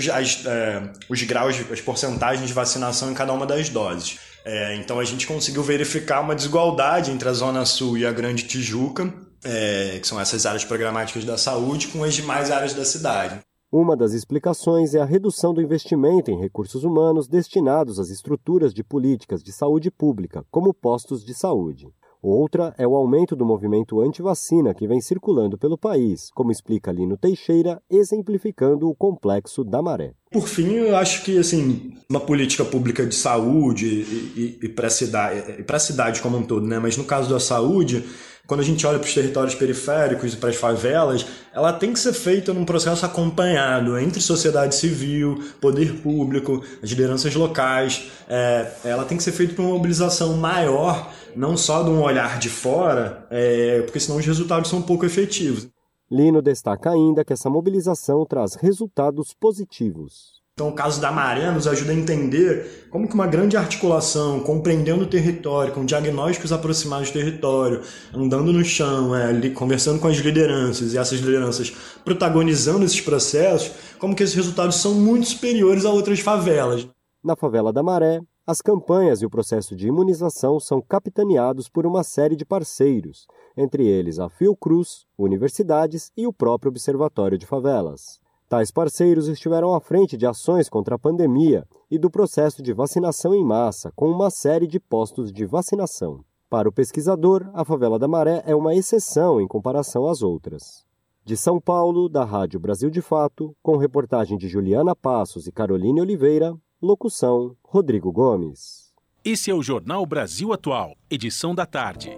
os graus, as porcentagens de vacinação em cada uma das doses. Então a gente conseguiu verificar uma desigualdade entre a Zona Sul e a Grande Tijuca, que são essas áreas programáticas da saúde, com as demais áreas da cidade. Uma das explicações é a redução do investimento em recursos humanos destinados às estruturas de políticas de saúde pública, como postos de saúde. Outra é o aumento do movimento anti-vacina que vem circulando pelo país, como explica Lino Teixeira, exemplificando o Complexo da Maré. Por fim, eu acho que uma política pública de saúde e para a cidade como um todo, né? Mas no caso da saúde, quando a gente olha para os territórios periféricos e para as favelas, ela tem que ser feita num processo acompanhado entre sociedade civil, poder público, as lideranças locais. Ela tem que ser feita por uma mobilização maior, não só de um olhar de fora, porque senão os resultados são pouco efetivos. Lino destaca ainda que essa mobilização traz resultados positivos. Então, o caso da Maré nos ajuda a entender como que uma grande articulação, compreendendo o território, com diagnósticos aproximados do território, andando no chão, conversando com as lideranças e essas lideranças protagonizando esses processos, como que esses resultados são muito superiores a outras favelas. Na favela da Maré, as campanhas e o processo de imunização são capitaneados por uma série de parceiros, entre eles a Fiocruz, universidades e o próprio Observatório de Favelas. Tais parceiros estiveram à frente de ações contra a pandemia e do processo de vacinação em massa, com uma série de postos de vacinação. Para o pesquisador, a favela da Maré é uma exceção em comparação às outras. De São Paulo, da Rádio Brasil de Fato, com reportagem de Juliana Passos e Caroline Oliveira, locução Rodrigo Gomes. Esse é o Jornal Brasil Atual, edição da tarde.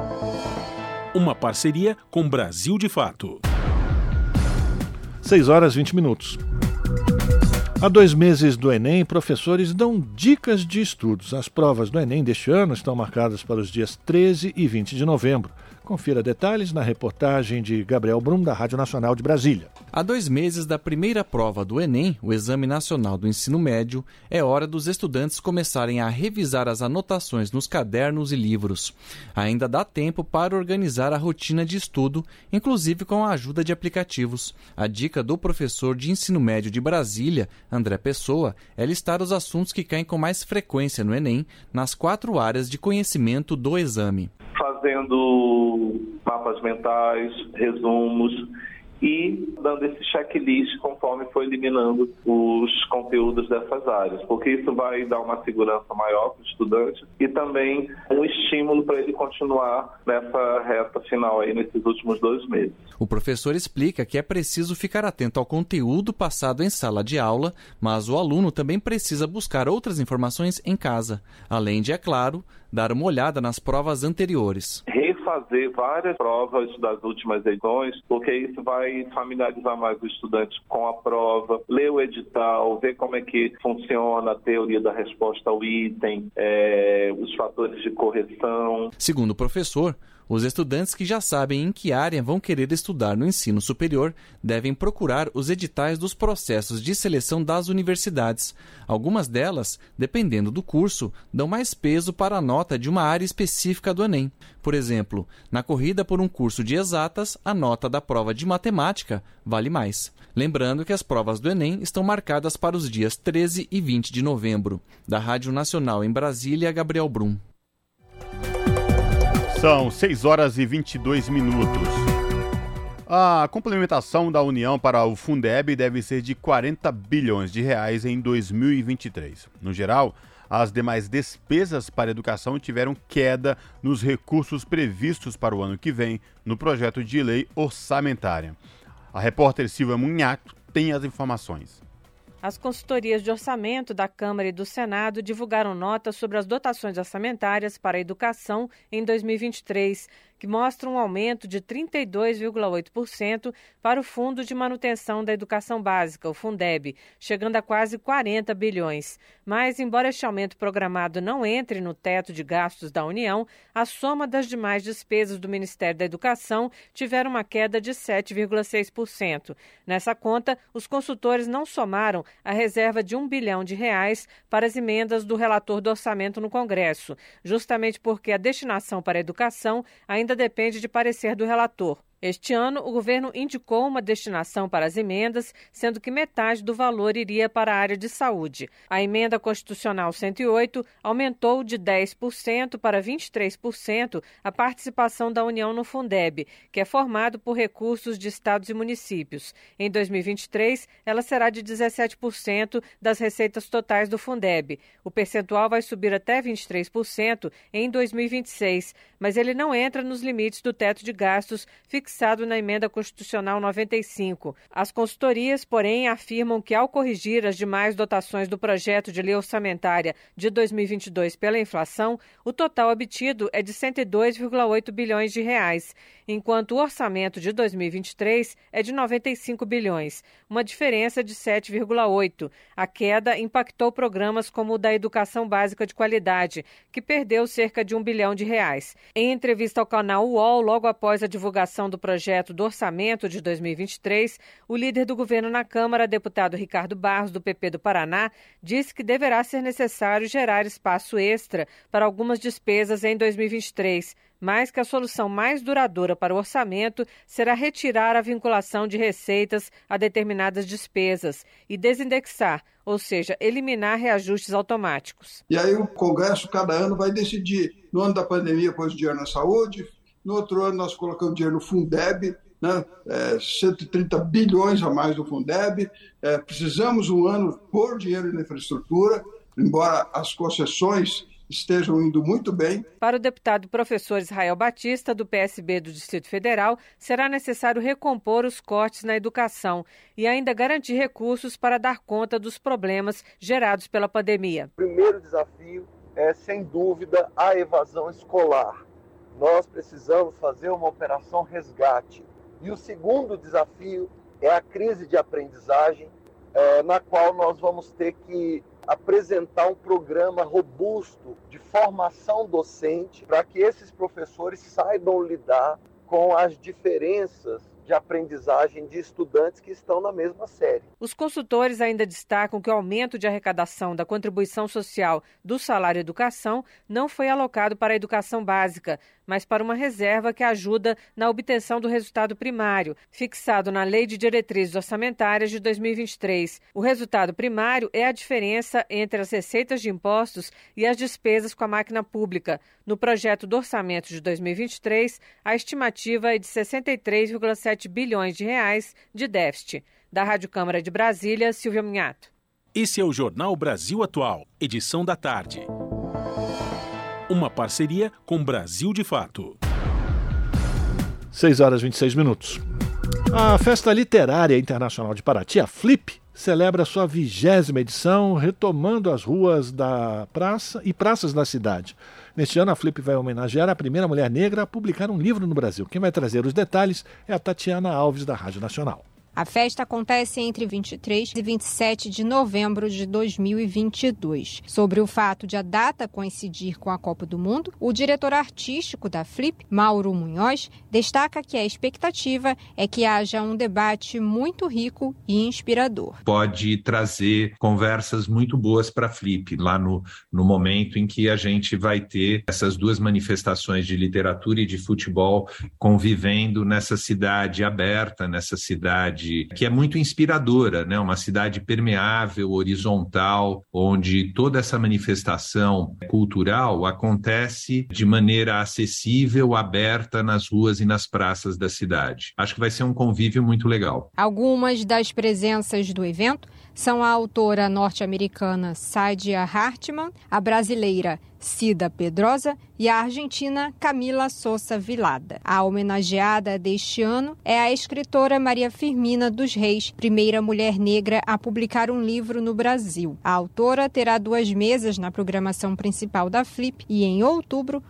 Uma parceria com Brasil de Fato. 6 horas e 20 minutos. Há 2 meses do Enem, professores dão dicas de estudos. As provas do Enem deste ano estão marcadas para os dias 13 e 20 de novembro. Confira detalhes na reportagem de Gabriel Brum, da Rádio Nacional de Brasília. Há 2 meses da primeira prova do Enem, o Exame Nacional do Ensino Médio, é hora dos estudantes começarem a revisar as anotações nos cadernos e livros. Ainda dá tempo para organizar a rotina de estudo, inclusive com a ajuda de aplicativos. A dica do professor de ensino médio de Brasília, André Pessoa, é listar os assuntos que caem com mais frequência no Enem nas 4 áreas de conhecimento do exame. Fazendo mapas mentais, resumos e dando esse checklist conforme for eliminando os conteúdos dessas áreas, porque isso vai dar uma segurança maior para o estudante e também um estímulo para ele continuar nessa reta final aí nesses últimos 2 meses. O professor explica que é preciso ficar atento ao conteúdo passado em sala de aula, mas o aluno também precisa buscar outras informações em casa, além de, é claro, dar uma olhada nas provas anteriores. Refazer várias provas das últimas edições, porque isso vai familiarizar mais o estudante com a prova, ler o edital, ver como é que funciona a teoria da resposta ao item, os fatores de correção. Segundo o professor, os estudantes que já sabem em que área vão querer estudar no ensino superior devem procurar os editais dos processos de seleção das universidades. Algumas delas, dependendo do curso, dão mais peso para a nota de uma área específica do Enem. Por exemplo, na corrida por um curso de exatas, a nota da prova de matemática vale mais. Lembrando que as provas do Enem estão marcadas para os dias 13 e 20 de novembro. Da Rádio Nacional em Brasília, Gabriel Brum. São 6 horas e 22 minutos. A complementação da União para o Fundeb deve ser de 40 bilhões de reais em 2023. No geral, as demais despesas para a educação tiveram queda nos recursos previstos para o ano que vem no projeto de lei orçamentária. A repórter Silvia Munhato tem as informações. As consultorias de orçamento da Câmara e do Senado divulgaram notas sobre as dotações orçamentárias para a educação em 2023, que mostra um aumento de 32,8% para o Fundo de Manutenção da Educação Básica, o Fundeb, chegando a quase 40 bilhões. Mas, embora este aumento programado não entre no teto de gastos da União, a soma das demais despesas do Ministério da Educação tiveram uma queda de 7,6%. Nessa conta, os consultores não somaram a reserva de R$1 bilhão para as emendas do relator do orçamento no Congresso, justamente porque a destinação para a educação ainda depende de parecer do relator. Este ano, o governo indicou uma destinação para as emendas, sendo que metade do valor iria para a área de saúde. A emenda constitucional 108 aumentou de 10% para 23% a participação da União no Fundeb, que é formado por recursos de estados e municípios. Em 2023, ela será de 17% das receitas totais do Fundeb. O percentual vai subir até 23% em 2026, mas ele não entra nos limites do teto de gastos fixado na Emenda Constitucional 95. As consultorias, porém, afirmam que, ao corrigir as demais dotações do projeto de lei orçamentária de 2022 pela inflação, o total obtido é de 102,8 bilhões de reais, enquanto o orçamento de 2023 é de 95 bilhões, uma diferença de 7,8. A queda impactou programas como o da Educação Básica de Qualidade, que perdeu cerca de R$1 bilhão. Em entrevista ao canal UOL, logo após a divulgação do projeto do orçamento de 2023, o líder do governo na Câmara, deputado Ricardo Barros, do PP do Paraná, disse que deverá ser necessário gerar espaço extra para algumas despesas em 2023, mas que a solução mais duradoura para o orçamento será retirar a vinculação de receitas a determinadas despesas e desindexar, ou seja, eliminar reajustes automáticos. E aí o Congresso, cada ano, vai decidir. No ano da pandemia, pôs dinheiro na saúde. No outro ano, nós colocamos dinheiro no Fundeb, né? 130 bilhões a mais do Fundeb. Precisamos um ano pôr dinheiro na infraestrutura, embora as concessões estejam indo muito bem. Para o deputado professor Israel Batista, do PSB do Distrito Federal, será necessário recompor os cortes na educação e ainda garantir recursos para dar conta dos problemas gerados pela pandemia. O primeiro desafio é, sem dúvida, a evasão escolar. Nós precisamos fazer uma operação resgate. E o segundo desafio é a crise de aprendizagem, na qual nós vamos ter que apresentar um programa robusto de formação docente para que esses professores saibam lidar com as diferenças de aprendizagem de estudantes que estão na mesma série. Os consultores ainda destacam que o aumento de arrecadação da contribuição social do salário educação não foi alocado para a educação básica, mas para uma reserva que ajuda na obtenção do resultado primário, fixado na Lei de Diretrizes Orçamentárias de 2023. O resultado primário é a diferença entre as receitas de impostos e as despesas com a máquina pública. No projeto do orçamento de 2023, a estimativa é de 63,7 bilhões de reais de déficit. Da Rádio Câmara de Brasília, Silvia Minhato. Esse é o Jornal Brasil Atual, edição da tarde. Uma parceria com Brasil de Fato. 6h26. A Festa Literária Internacional de Paraty, a FLIP, celebra sua 20ª edição, retomando as ruas da praça e praças da cidade. Neste ano, a FLIP vai homenagear a primeira mulher negra a publicar um livro no Brasil. Quem vai trazer os detalhes é a Tatiana Alves, da Rádio Nacional. A festa acontece entre 23 e 27 de novembro de 2022. Sobre o fato de a data coincidir com a Copa do Mundo, o diretor artístico da FLIP, Mauro Munhoz, destaca que a expectativa é que haja um debate muito rico e inspirador. Pode trazer conversas muito boas para a FLIP, lá no momento em que a gente vai ter essas duas manifestações de literatura e de futebol convivendo nessa cidade aberta, nessa cidade que é muito inspiradora, né? Uma cidade permeável, horizontal, onde toda essa manifestação cultural acontece de maneira acessível, aberta nas ruas e nas praças da cidade. Acho que vai ser um convívio muito legal. Algumas das presenças do evento são a autora norte-americana Saidia Hartman, a brasileira Cida Pedrosa e a argentina Camila Sosa Vilada. A homenageada deste ano é a escritora Maria Firmina dos Reis, primeira mulher negra a publicar um livro no Brasil. A autora terá 2 mesas na programação principal da FLIP e, em outubro,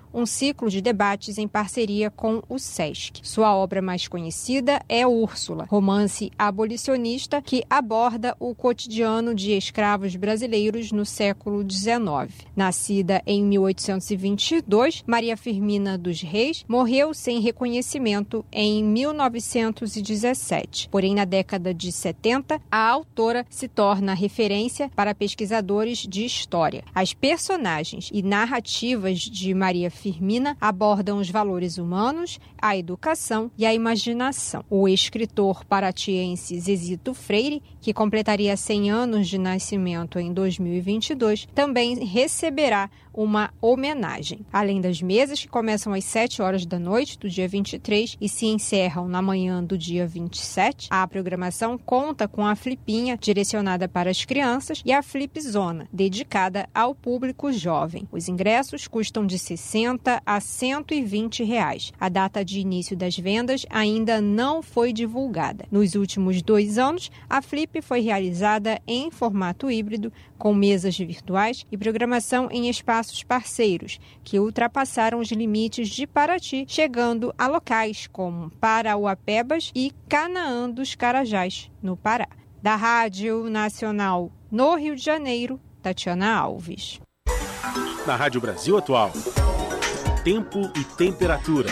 um ciclo de debates em parceria com o SESC. Sua obra mais conhecida é Úrsula, romance abolicionista que aborda o cotidiano de escravos brasileiros no século XIX. Nascida em 1822, Maria Firmina dos Reis morreu sem reconhecimento em 1917. Porém, na década de 70, a autora se torna referência para pesquisadores de história. As personagens e narrativas de Maria Firmina abordam os valores humanos, a educação e a imaginação. O escritor paratiense Zezito Freire, que completaria 100 anos de nascimento em 2022, também receberá uma homenagem. Além das mesas que começam às 7 horas da noite do dia 23 e se encerram na manhã do dia 27, a programação conta com a Flipinha, direcionada para as crianças, e a Flip Zona, dedicada ao público jovem. Os ingressos custam de R$ 60 a R$ 120. A data de início das vendas ainda não foi divulgada. Nos últimos 2 anos, a Flip foi realizada em formato híbrido, com mesas virtuais e programação em espaços parceiros, que ultrapassaram os limites de Paraty, chegando a locais como Parauapebas e Canaã dos Carajás, no Pará. Da Rádio Nacional no Rio de Janeiro, Tatiana Alves. Na Rádio Brasil Atual, tempo e temperatura.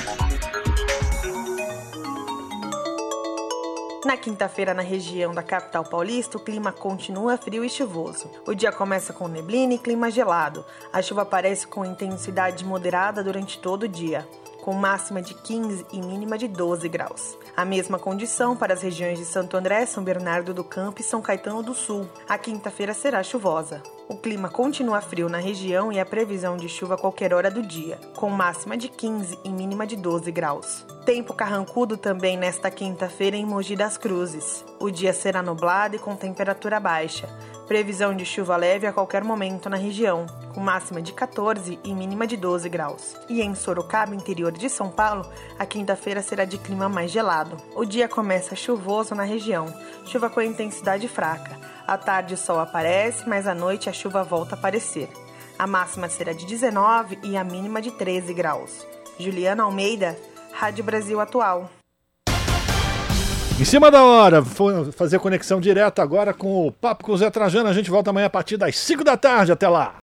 Na quinta-feira, na região da capital paulista, o clima continua frio e chuvoso. O dia começa com neblina e clima gelado. A chuva aparece com intensidade moderada durante todo o dia, com máxima de 15 e mínima de 12 graus. A mesma condição para as regiões de Santo André, São Bernardo do Campo e São Caetano do Sul. A quinta-feira será chuvosa. O clima continua frio na região e a previsão de chuva a qualquer hora do dia, com máxima de 15 e mínima de 12 graus. Tempo carrancudo também nesta quinta-feira em Mogi das Cruzes. O dia será nublado e com temperatura baixa. Previsão de chuva leve a qualquer momento na região, com máxima de 14 e mínima de 12 graus. E em Sorocaba, interior de São Paulo, a quinta-feira será de clima mais gelado. O dia começa chuvoso na região, chuva com intensidade fraca. À tarde o sol aparece, mas à noite a chuva volta a aparecer. A máxima será de 19 e a mínima de 13 graus. Juliana Almeida, Rádio Brasil Atual. Em cima da hora, vou fazer conexão direta agora com o Papo com o Zé Trajano. A gente volta amanhã a partir das 5 da tarde. Até lá!